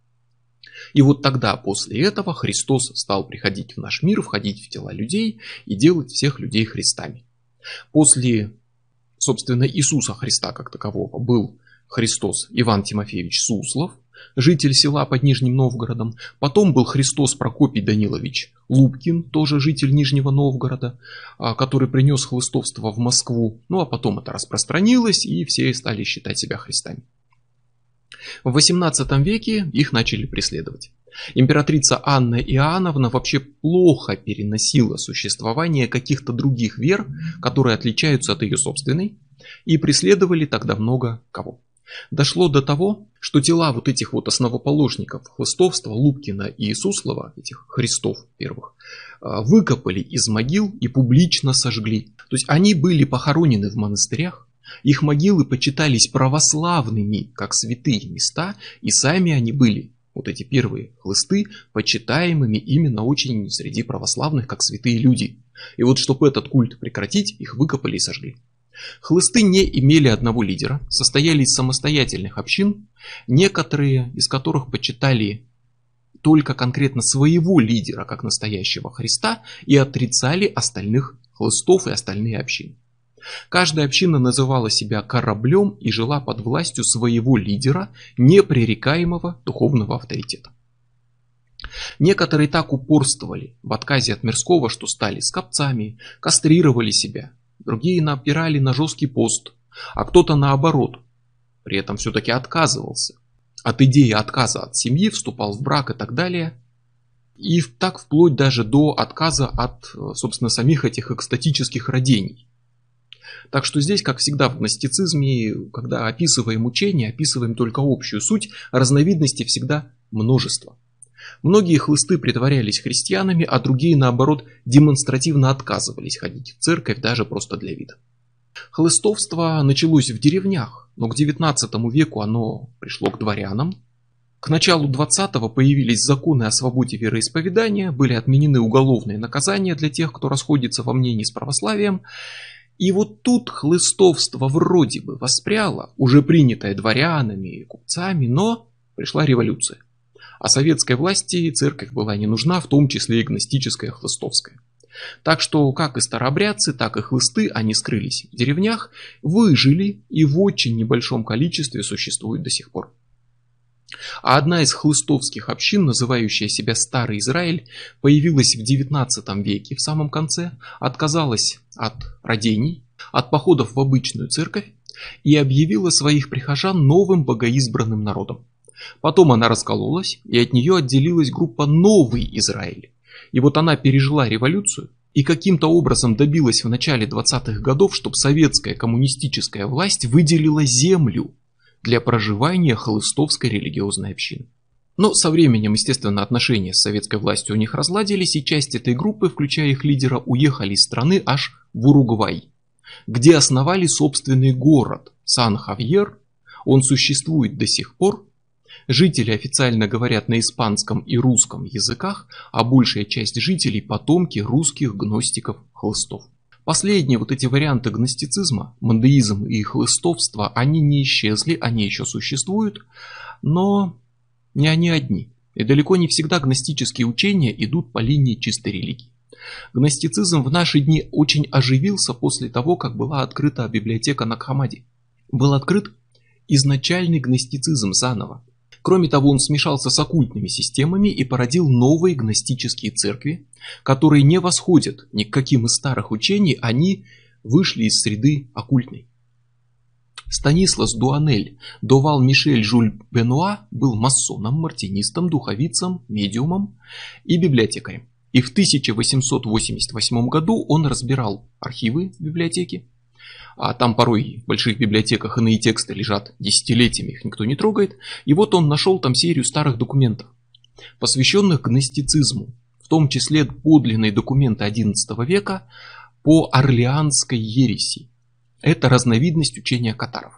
A: И вот тогда, после этого, Христос стал приходить в наш мир, входить в тела людей и делать всех людей Христами. После, собственно, Иисуса Христа как такового был Христос Иван Тимофеевич Суслов, житель села под Нижним Новгородом. Потом был Христос Прокопий Данилович Лубкин, тоже житель Нижнего Новгорода, который принес хлыстовство в Москву. Ну а потом это распространилось, и все стали считать себя Христами. В XVIII веке их начали преследовать. Императрица Анна Иоанновна вообще плохо переносила существование каких-то других вер, которые отличаются от ее собственной, и преследовали тогда много кого. Дошло до того, что тела вот этих вот основоположников хлыстовства, Лубкина и Суслова, этих Христов первых, выкопали из могил и публично сожгли. То есть они были похоронены в монастырях, их могилы почитались православными, как святые места, и сами они были, вот эти первые хлысты, почитаемыми именно очень среди православных, как святые люди. И вот чтобы этот культ прекратить, их выкопали и сожгли. Хлысты не имели одного лидера, состояли из самостоятельных общин, некоторые из которых почитали только конкретно своего лидера, как настоящего Христа, и отрицали остальных хлыстов и остальные общины. Каждая община называла себя кораблем и жила под властью своего лидера, непререкаемого духовного авторитета. Некоторые так упорствовали в отказе от мирского, что стали скопцами, кастрировали себя. Другие напирали на жесткий пост, а кто-то наоборот, при этом все-таки отказывался от идеи отказа от семьи, вступал в брак и так далее. И так вплоть даже до отказа от, собственно, самих этих экстатических родений. Так что здесь, как всегда в гностицизме, когда описываем учение, описываем только общую суть, разновидностей всегда множество. Многие хлысты притворялись христианами, а другие, наоборот, демонстративно отказывались ходить в церковь даже просто для вида. Хлыстовство началось в деревнях, но к XIX веку оно пришло к дворянам. К началу XX появились законы о свободе вероисповедания, были отменены уголовные наказания для тех, кто расходится во мнении с православием. И вот тут хлыстовство вроде бы воспряло, уже принятое дворянами и купцами, но пришла революция. А советской власти церковь была не нужна, в том числе и гностическая хлыстовская. Так что как и старообрядцы, так и хлысты, они скрылись в деревнях, выжили и в очень небольшом количестве существуют до сих пор. А одна из хлыстовских общин, называющая себя Старый Израиль, появилась в XIX веке в самом конце, отказалась от родений, от походов в обычную церковь и объявила своих прихожан новым богоизбранным народом. Потом она раскололась, и от нее отделилась группа Новый Израиль. И вот она пережила революцию и каким-то образом добилась в начале 20-х годов, чтобы советская коммунистическая власть выделила землю для проживания хлыстовской религиозной общины. Но со временем, естественно, отношения с советской властью у них разладились, и часть этой группы, включая их лидера, уехали из страны аж в Уругвай, где основали собственный город Сан-Хавьер. Он существует до сих пор. Жители официально говорят на испанском и русском языках, а большая часть жителей – потомки русских гностиков-хлыстов. Последние вот эти варианты гностицизма, мандеизм и хлыстовство, они не исчезли, они еще существуют, но не они одни. И далеко не всегда гностические учения идут по линии чистой религии. Гностицизм в наши дни очень оживился после того, как была открыта библиотека Накхамади. Был открыт изначальный гностицизм заново. Кроме того, он смешался с оккультными системами и породил новые гностические церкви, которые не восходят ни к каким из старых учений, они вышли из среды оккультной. Станислас Дуанель Довал Мишель Жюль Бенуа был масоном, мартинистом, духовицем, медиумом и библиотекарем. И в 1888 году он разбирал архивы библиотеки. А там порой в больших библиотеках иные тексты лежат десятилетиями, их никто не трогает. И вот он нашел там серию старых документов, посвященных гностицизму, в том числе подлинные документы XI века по орлеанской ереси. Это разновидность учения катаров.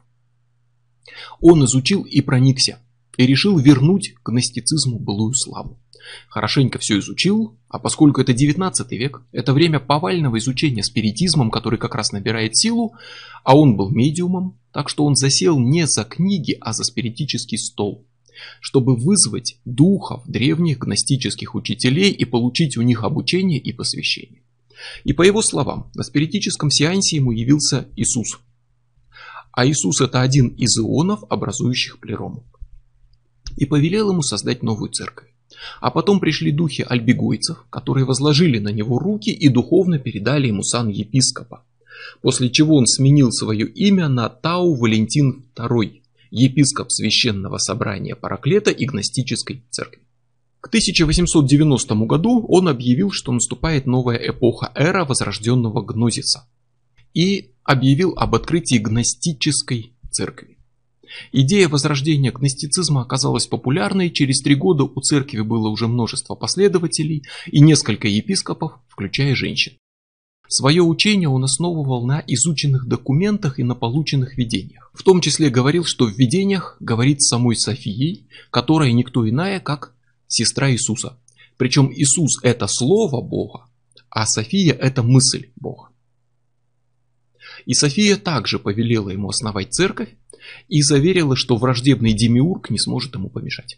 A: Он изучил и проникся, и решил вернуть гностицизму былую славу. Хорошенько все изучил, а поскольку это 19 век, это время повального изучения спиритизмом, который как раз набирает силу, а он был медиумом, так что он засел не за книги, а за спиритический стол, чтобы вызвать духов древних гностических учителей и получить у них обучение и посвящение. И по его словам, на спиритическом сеансе ему явился Иисус. А Иисус — это один из ионов, образующих плерому. И повелел ему создать новую церковь. А потом пришли духи альбегойцев, которые возложили на него руки и духовно передали ему сан епископа. После чего он сменил свое имя на Тау Валентин II, епископ Священного Собрания Параклета и Гностической Церкви. К 1890 году он объявил, что наступает новая эпоха, эра возрожденного гнозиса, и объявил об открытии гностической церкви. Идея возрождения гностицизма оказалась популярной, через 3 года у церкви было уже множество последователей и несколько епископов, включая женщин. Свое учение он основывал на изученных документах и на полученных видениях. В том числе говорил, что в видениях говорит с самой Софией, которая никто иная, как сестра Иисуса. Причем Иисус — это слово Бога, а София — это мысль Бога. И София также повелела ему основать церковь и заверила, что враждебный демиург не сможет ему помешать.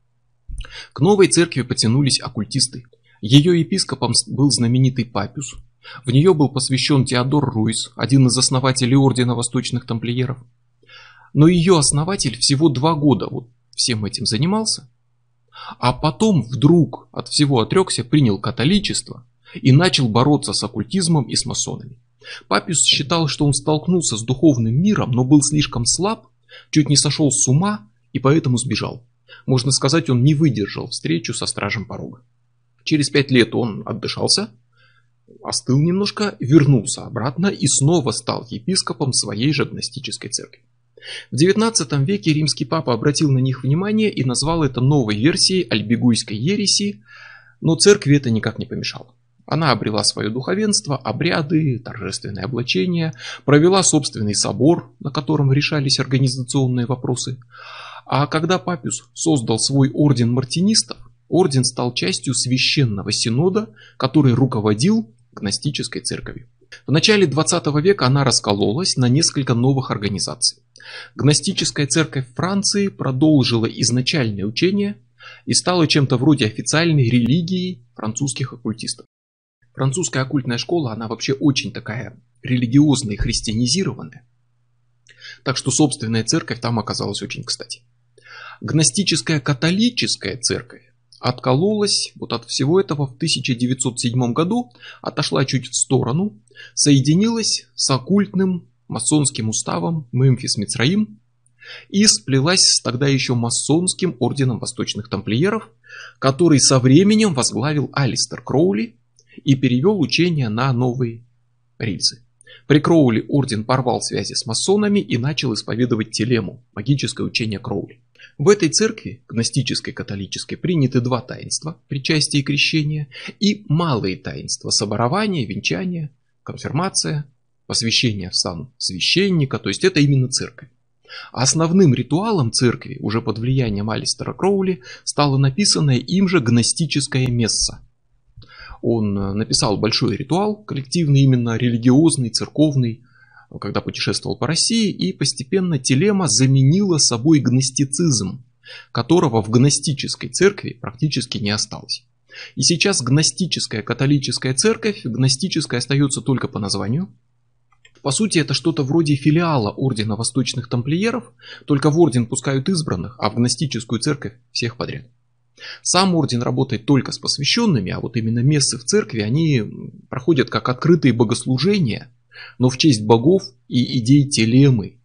A: К новой церкви потянулись оккультисты. Ее епископом был знаменитый Папюс. В нее был посвящен Теодор Руис, один из основателей ордена восточных тамплиеров. Но ее основатель всего 2 года вот всем этим занимался, а потом вдруг от всего отрекся, принял католичество и начал бороться с оккультизмом и с масонами. Папюс считал, что он столкнулся с духовным миром, но был слишком слаб, чуть не сошел с ума и поэтому сбежал. Можно сказать, он не выдержал встречу со стражем порога. Через 5 лет он отдышался, остыл немножко, вернулся обратно и снова стал епископом своей же гностической церкви. В XIX веке римский папа обратил на них внимание и назвал это новой версией альбегойской ереси, но церкви это никак не помешало. Она обрела свое духовенство, обряды, торжественные облачения, провела собственный собор, на котором решались организационные вопросы. А когда Папюс создал свой орден мартинистов, орден стал частью священного синода, который руководил гностической церковью. В начале 20 века она раскололась на несколько новых организаций. Гностическая церковь Франции продолжила изначальное учение и стала чем-то вроде официальной религии французских оккультистов. Французская оккультная школа, она вообще очень такая религиозная и христианизированная. Так что собственная церковь там оказалась очень кстати. Гностическая католическая церковь откололась вот от всего этого в 1907 году, отошла чуть в сторону, соединилась с оккультным масонским уставом Мемфис Мицраим и сплелась с тогда еще масонским орденом восточных тамплиеров, который со временем возглавил Алистер Кроули и перевел учение на новые рельсы. При Кроули орден порвал связи с масонами и начал исповедовать телему, магическое учение Кроули. В этой церкви, гностической католической, приняты два таинства, причастие и крещение, и малые таинства, соборование, венчание, конфирмация, посвящение в сан священника, то есть это именно церковь. А основным ритуалом церкви, уже под влиянием Алистера Кроули, стало написанное им же гностическое месса. Он написал большой ритуал, коллективный, именно религиозный, церковный, когда путешествовал по России, и постепенно телема заменила собой гностицизм, которого в гностической церкви практически не осталось. И сейчас гностическая католическая церковь, гностическая остается только по названию. По сути, это что-то вроде филиала ордена восточных тамплиеров, только в орден пускают избранных, а в гностическую церковь всех подряд. Сам орден работает только с посвященными, а вот именно мессы в церкви, они проходят как открытые богослужения, но в честь богов и идей телемы,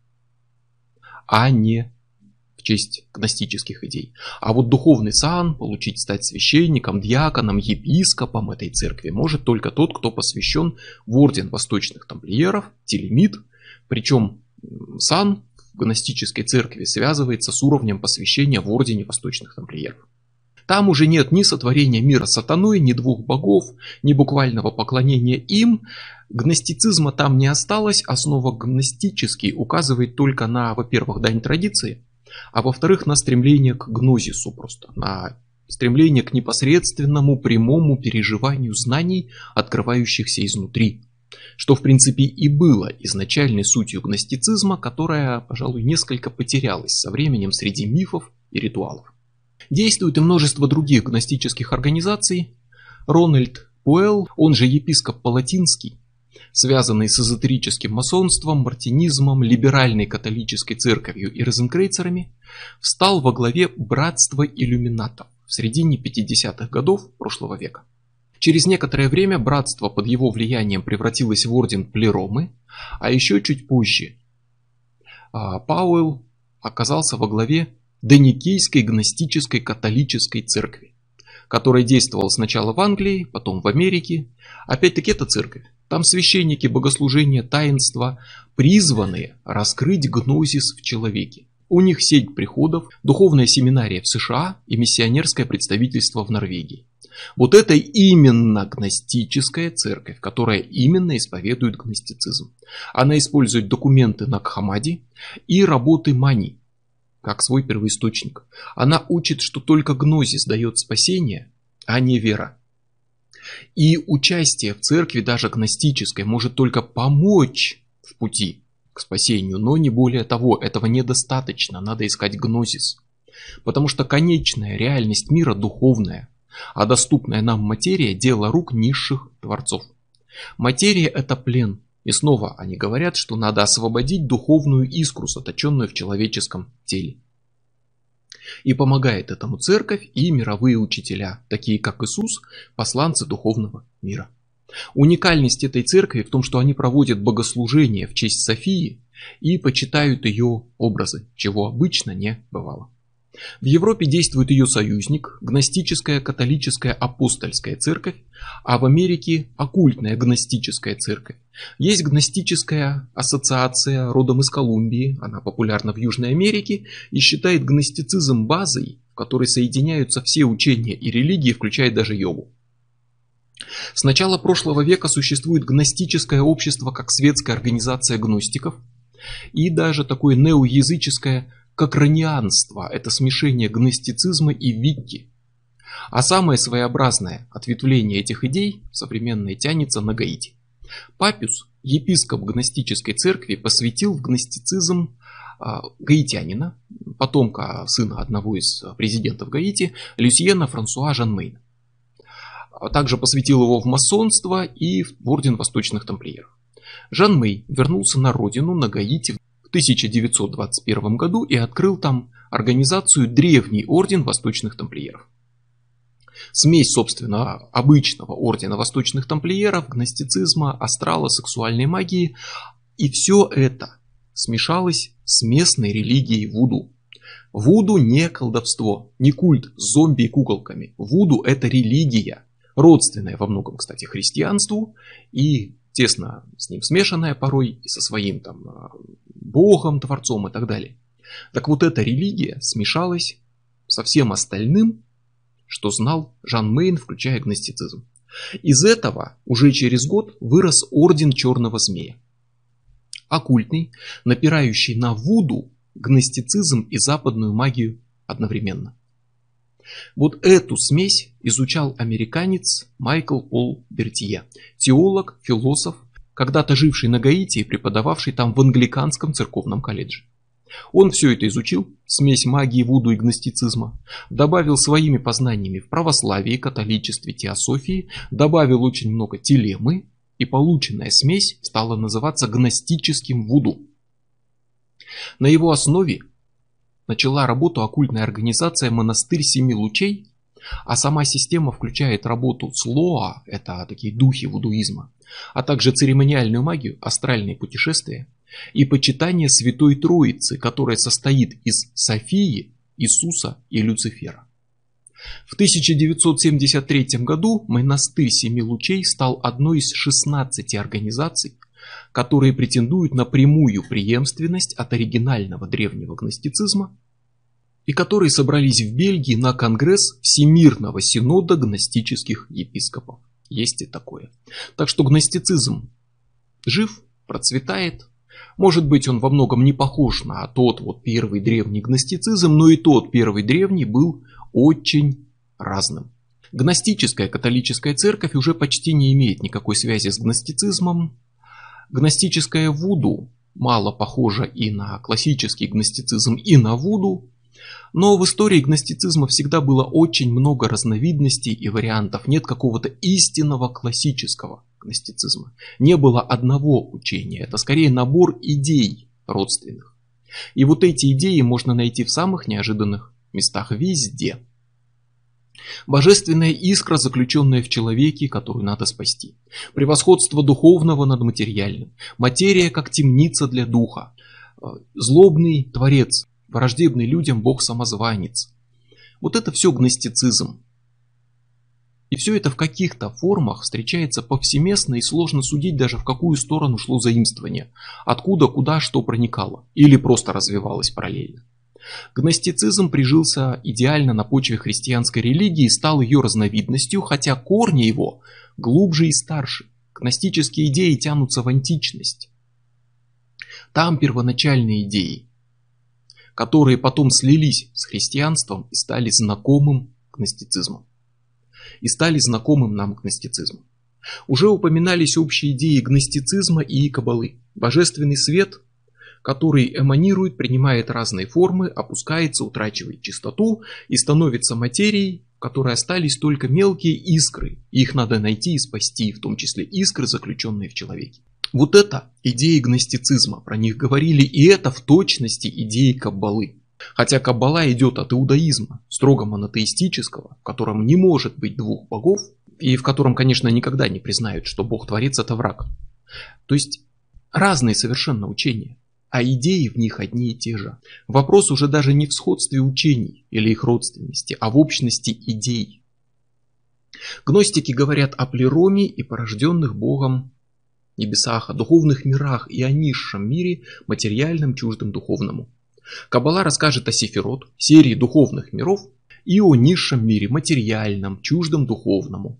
A: а не в честь гностических идей. А вот духовный сан, стать священником, диаконом, епископом этой церкви может только тот, кто посвящен в орден восточных тамплиеров, телемит, причем сан в гностической церкви связывается с уровнем посвящения в ордене восточных тамплиеров. Там уже нет ни сотворения мира сатаной, ни двух богов, ни буквального поклонения им. Гностицизма там не осталось, основа гностический указывает только на, во-первых, дань традиции, а во-вторых, на стремление к гнозису просто, на стремление к непосредственному прямому переживанию знаний, открывающихся изнутри. Что в принципе и было изначальной сутью гностицизма, которая, пожалуй, несколько потерялась со временем среди мифов и ритуалов. Действует и множество других гностических организаций. Рональд Пуэлл, он же епископ Палатинский, связанный с эзотерическим масонством, мартинизмом, либеральной католической церковью и розенкрейцерами, встал во главе братства иллюминатов в середине 50-х годов прошлого века. Через некоторое время братство под его влиянием превратилось в орден Плеромы, а еще чуть позже Пауэлл оказался во главе Доникейской гностической католической церкви, которая действовала сначала в Англии, потом в Америке. Опять-таки это церковь. Там священники, богослужения, таинства призваны раскрыть гнозис в человеке. У них сеть приходов, духовная семинария в США и миссионерское представительство в Норвегии. Вот это именно гностическая церковь, которая именно исповедует гностицизм. Она использует документы Накхамади и работы Мани как свой первоисточник. Она учит, что только гнозис дает спасение, а не вера. И участие в церкви, даже гностической, может только помочь в пути к спасению, но не более того. Этого недостаточно, надо искать гнозис. Потому что конечная реальность мира духовная, а доступная нам материя – дело рук низших творцов. Материя – это плен. И снова они говорят, что надо освободить духовную искру, заточенную в человеческом теле. И помогает этому церковь и мировые учителя, такие как Иисус, посланцы духовного мира. Уникальность этой церкви в том, что они проводят богослужения в честь Софии и почитают ее образы, чего обычно не бывало. В Европе действует ее союзник, гностическая католическая апостольская церковь, а в Америке оккультная гностическая церковь. Есть гностическая ассоциация, родом из Колумбии, она популярна в Южной Америке и считает гностицизм базой, в которой соединяются все учения и религии, включая даже йогу. С начала прошлого века существует гностическое общество как светская организация гностиков и даже такое неоязыческое какранианство – это смешение гностицизма и викки. А самое своеобразное ответвление этих идей современное тянется на Гаити. Папюс, епископ гностической церкви, посвятил в гностицизм гаитянина, потомка сына одного из президентов Гаити, Люсьена Франсуа Жанмейна. Также посвятил его в масонство и в орден восточных тамплиеров. Жанмей вернулся на родину, на Гаити, в 1921 году и открыл там организацию Древний орден восточных тамплиеров. Смесь, собственно, обычного ордена восточных тамплиеров, гностицизма, астрала, сексуальной магии. И все это смешалось с местной религией вуду. Вуду не колдовство, не культ с зомби и куколками. Вуду это религия, родственная во многом, кстати, христианству и тесно с ним смешанная порой, и со своим там богом, творцом и так далее. Так вот эта религия смешалась со всем остальным, что знал Жан Мейн, включая гностицизм. Из этого уже через год вырос орден Черного Змея. Оккультный, напирающий на вуду, гностицизм и западную магию одновременно. Вот эту смесь изучал американец Майкл Пол Бертье, теолог, философ, когда-то живший на Гаити и преподававший там в англиканском церковном колледже. Он все это изучил, смесь магии, вуду и гностицизма, добавил своими познаниями в православии, католичестве, теософии, добавил очень много телемы, и полученная смесь стала называться гностическим вуду. На его основе начала работу оккультная организация «Монастырь Семи Лучей», а сама система включает работу с Лоа, это такие духи вудуизма, а также церемониальную магию, астральные путешествия и почитание Святой Троицы, которая состоит из Софии, Иисуса и Люцифера. В 1973 году монастырь Семи Лучей стал одной из 16 организаций, которые претендуют на прямую преемственность от оригинального древнего гностицизма и которые собрались в Бельгии на конгресс Всемирного Синода гностических епископов. Есть и такое. Так что гностицизм жив, процветает. Может быть, он во многом не похож на тот вот первый древний гностицизм, но и тот первый древний был очень разным. Гностическая католическая церковь уже почти не имеет никакой связи с гностицизмом. Гностическая вуду мало похожа и на классический гностицизм, и на вуду. Но в истории гностицизма всегда было очень много разновидностей и вариантов. Нет какого-то истинного классического гностицизма. Не было одного учения. Это скорее набор идей родственных. И вот эти идеи можно найти в самых неожиданных местах везде. Божественная искра, заключенная в человеке, которую надо спасти. Превосходство духовного над материальным. Материя как темница для духа. Злобный творец. Враждебный людям бог-самозванец. Вот это все гностицизм. И все это в каких-то формах встречается повсеместно, и сложно судить даже, в какую сторону шло заимствование. Откуда, куда, что проникало. Или просто развивалось параллельно. Гностицизм прижился идеально на почве христианской религии и стал ее разновидностью, хотя корни его глубже и старше. Гностические идеи тянутся в античность. Там первоначальные идеи, которые потом слились с христианством и стали знакомым гностицизмом. И стали знакомым нам гностицизмом. Уже упоминались общие идеи гностицизма и каббалы. Божественный свет, который эманирует, принимает разные формы, опускается, утрачивает чистоту и становится материей, в которой остались только мелкие искры. И их надо найти и спасти, в том числе искры, заключенные в человеке. Вот это идеи гностицизма, про них говорили, и это в точности идеи каббалы. Хотя каббала идет от иудаизма, строго монотеистического, в котором не может быть двух богов, и в котором, конечно, никогда не признают, что Бог-творец это враг. То есть разные совершенно учения, а идеи в них одни и те же. Вопрос уже даже не в сходстве учений или их родственности, а в общности идей. Гностики говорят о плероме и порожденных Богом небесах, о духовных мирах и о низшем мире, материальном, чуждом духовному. Каббала расскажет о сефирот, серии духовных миров, и о низшем мире, материальном, чуждом духовному.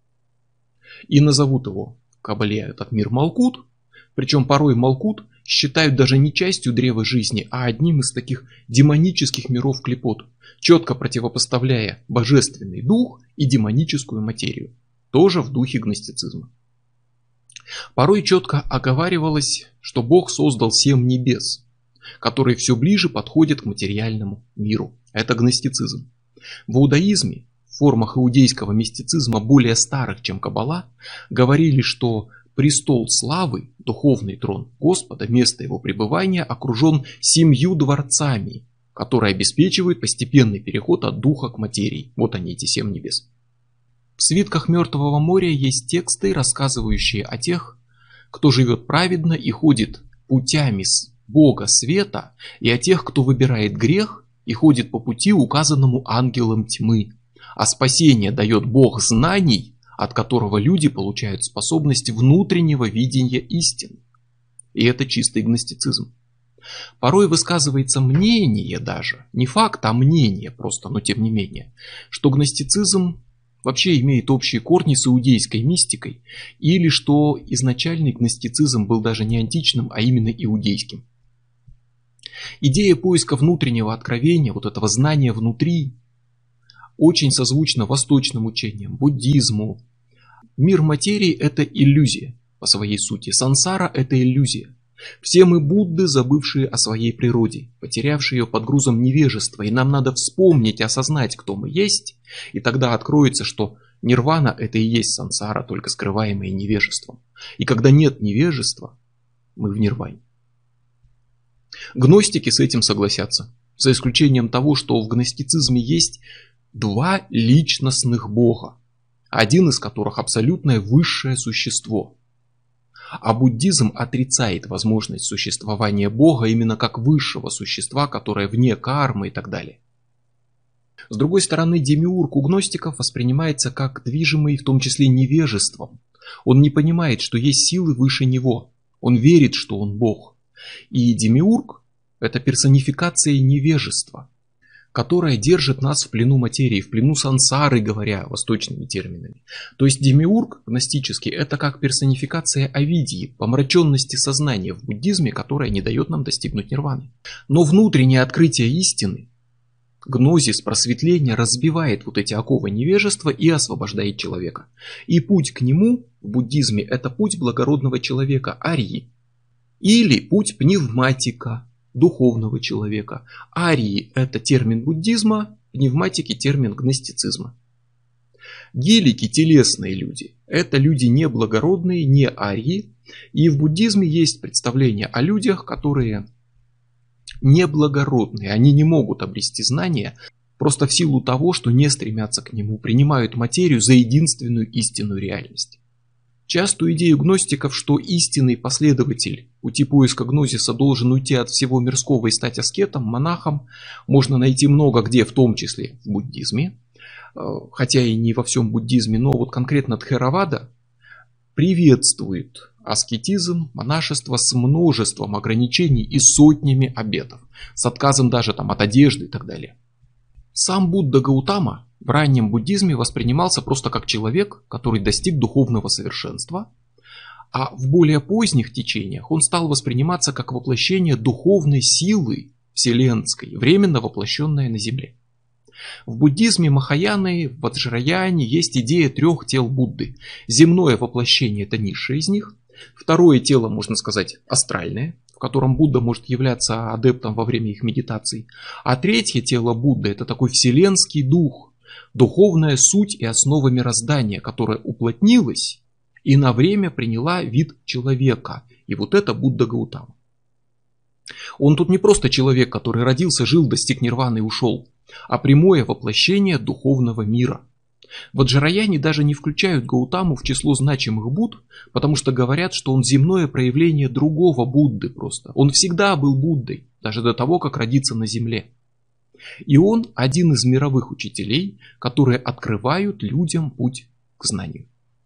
A: И назовут его в Каббале этот мир Малкут, причем порой Малкут считают даже не частью древа жизни, а одним из таких демонических миров клипот, четко противопоставляя божественный дух и демоническую материю, тоже в духе гностицизма. Порой четко оговаривалось, что Бог создал 7 небес, которые все ближе подходят к материальному миру. Это гностицизм. В иудаизме, в формах иудейского мистицизма более старых, чем Каббала, говорили, что престол славы, духовный трон Господа, место его пребывания окружен 7 дворцами, которые обеспечивают постепенный переход от духа к материи. Вот они, эти 7 небес. В свитках Мертвого моря есть тексты, рассказывающие о тех, кто живет праведно и ходит путями Бога света, и о тех, кто выбирает грех и ходит по пути, указанному ангелом тьмы. А спасение дает Бог знаний, от которого люди получают способность внутреннего видения истины. И это чистый гностицизм. Порой высказывается мнение даже, не факт, а мнение просто, но тем не менее, что гностицизм вообще имеет общие корни с иудейской мистикой, или что изначальный гностицизм был даже не античным, а именно иудейским. Идея поиска внутреннего откровения, вот этого знания внутри, очень созвучна восточным учениям, буддизму. Мир материи – это иллюзия по своей сути, сансара – это иллюзия. Все мы Будды, забывшие о своей природе, потерявшие ее под грузом невежества, и нам надо вспомнить, осознать, кто мы есть, и тогда откроется, что нирвана – это и есть сансара, только скрываемая невежеством. И когда нет невежества, мы в нирване. Гностики с этим согласятся, за исключением того, что в гностицизме есть два личностных бога, один из которых абсолютное высшее существо. А буддизм отрицает возможность существования Бога именно как высшего существа, которое вне кармы и так далее. С другой стороны, демиург у гностиков воспринимается как движимый в том числе невежеством. Он не понимает, что есть силы выше него. Он верит, что он Бог. И демиург – это персонификация невежества, которая держит нас в плену материи, в плену сансары, говоря восточными терминами. То есть демиург гностический – это как персонификация авидии, помраченности сознания в буддизме, которая не дает нам достигнуть нирваны. Но внутреннее открытие истины, гнозис, просветление разбивает вот эти оковы невежества и освобождает человека. И путь к нему в буддизме – это путь благородного человека, арии, или путь пневматика, духовного человека. Арии – это термин буддизма, пневматики – термин гностицизма. Гелики – телесные люди. Это люди не благородные, не арии. И в буддизме есть представление о людях, которые неблагородные. Они не могут обрести знания просто в силу того, что не стремятся к нему, принимают материю за единственную истинную реальность. Частую идею гностиков, что истинный последователь пути поиска гнозиса должен уйти от всего мирского и стать аскетом, монахом, можно найти много где, в том числе в буддизме, хотя и не во всем буддизме, но вот конкретно Тхеравада приветствует аскетизм, монашество с множеством ограничений и сотнями обетов, с отказом даже там от одежды и так далее. Сам Будда Гаутама в раннем буддизме воспринимался просто как человек, который достиг духовного совершенства, а в более поздних течениях он стал восприниматься как воплощение духовной силы вселенской, временно воплощенная на земле. В буддизме Махаяны, в Ваджраяне есть идея трех тел Будды. Земное воплощение – это низшее из них. Второе тело, можно сказать, астральное, в котором Будда может являться адептом во время их медитаций. А третье тело Будды – это такой вселенский дух, духовная суть и основа мироздания, которая уплотнилась и на время приняла вид человека. И вот это Будда Гаутама. Он тут не просто человек, который родился, жил, достиг нирваны и ушел, а прямое воплощение духовного мира. Ваджраяне даже не включают Гаутаму в число значимых Будд, потому что говорят, что он земное проявление другого Будды просто. Он всегда был Буддой, даже до того, как родиться на земле. И он один из мировых учителей, которые открывают людям путь к знанию.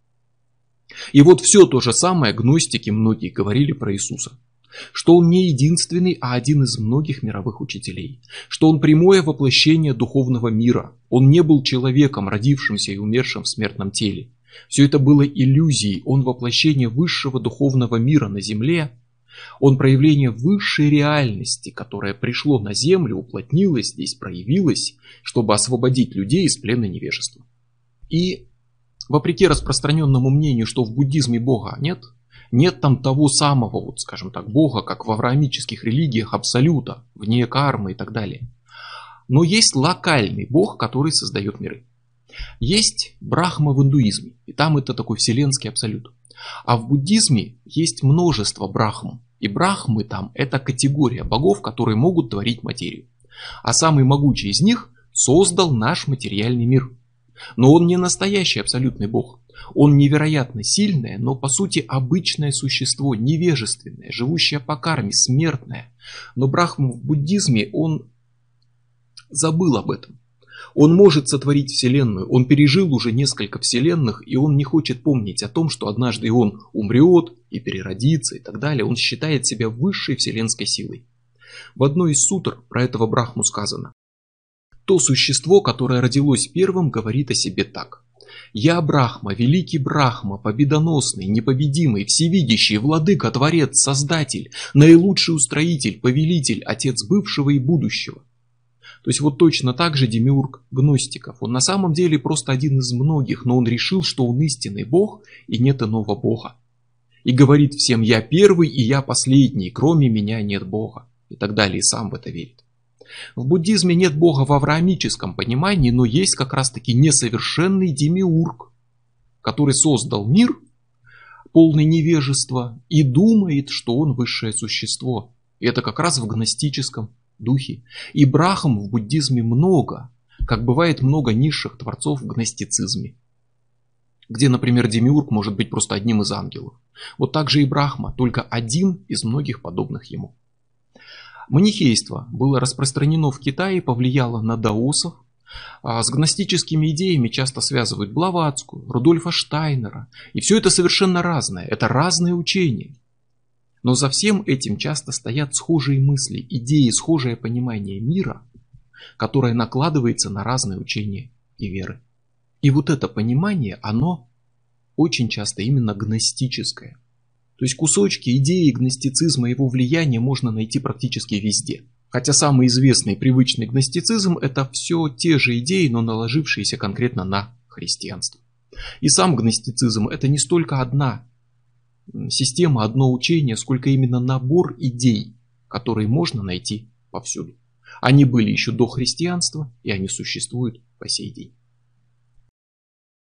A: И вот все то же самое гностики многие говорили про Иисуса. Что он не единственный, а один из многих мировых учителей. Что он прямое воплощение духовного мира. Он не был человеком, родившимся и умершим в смертном теле. Все это было иллюзией. Он воплощение высшего духовного мира на земле. Он проявление высшей реальности, которое пришло на землю, уплотнилось здесь, проявилось, чтобы освободить людей из плена невежества. И вопреки распространенному мнению, что в буддизме Бога нет там того самого, вот скажем так, Бога, как в авраамических религиях, абсолюта, вне кармы и так далее. Но есть локальный Бог, который создает миры. Есть Брахма в индуизме, и там это такой вселенский абсолют. А в буддизме есть множество брахм, и брахмы там это категория богов, которые могут творить материю. А самый могучий из них создал наш материальный мир. Но он не настоящий абсолютный Бог. Он невероятно сильное, но по сути обычное существо, невежественное, живущее по карме, смертное. Но Брахма в буддизме, он забыл об этом. Он может сотворить вселенную, он пережил уже несколько вселенных, и он не хочет помнить о том, что однажды он умрет и переродится и так далее. Он считает себя высшей вселенской силой. В одной из сутр про этого Брахму сказано: то существо, которое родилось первым, говорит о себе так: «Я Брахма, великий Брахма, победоносный, непобедимый, всевидящий, владыка, творец, создатель, наилучший устроитель, повелитель, отец бывшего и будущего». То есть вот точно так же демиург гностиков. Он на самом деле просто один из многих, но он решил, что он истинный Бог и нет иного Бога. И говорит всем: «Я первый и я последний, кроме меня нет Бога». И так далее, и сам в это верит. В буддизме нет Бога в авраамическом понимании, но есть как раз таки несовершенный демиург, который создал мир, полный невежества, и думает, что он высшее существо. И это как раз в гностическом духе. И Брахм в буддизме много, как бывает много низших творцов в гностицизме, где, например, демиург может быть просто одним из ангелов. Вот так же и Брахма, только один из многих подобных ему. Манихейство было распространено в Китае, повлияло на даосов. С гностическими идеями часто связывают Блаватскую, Рудольфа Штайнера. И все это совершенно разное, это разные учения. Но за всем этим часто стоят схожие мысли, идеи, схожее понимание мира, которое накладывается на разные учения и веры. И вот это понимание, оно очень часто именно гностическое. То есть кусочки идеи гностицизма и его влияния можно найти практически везде. Хотя самый известный и привычный гностицизм — это все те же идеи, но наложившиеся конкретно на христианство. И сам гностицизм — это не столько одна система, одно учение, сколько именно набор идей, которые можно найти повсюду. Они были еще до христианства, и они существуют по сей день.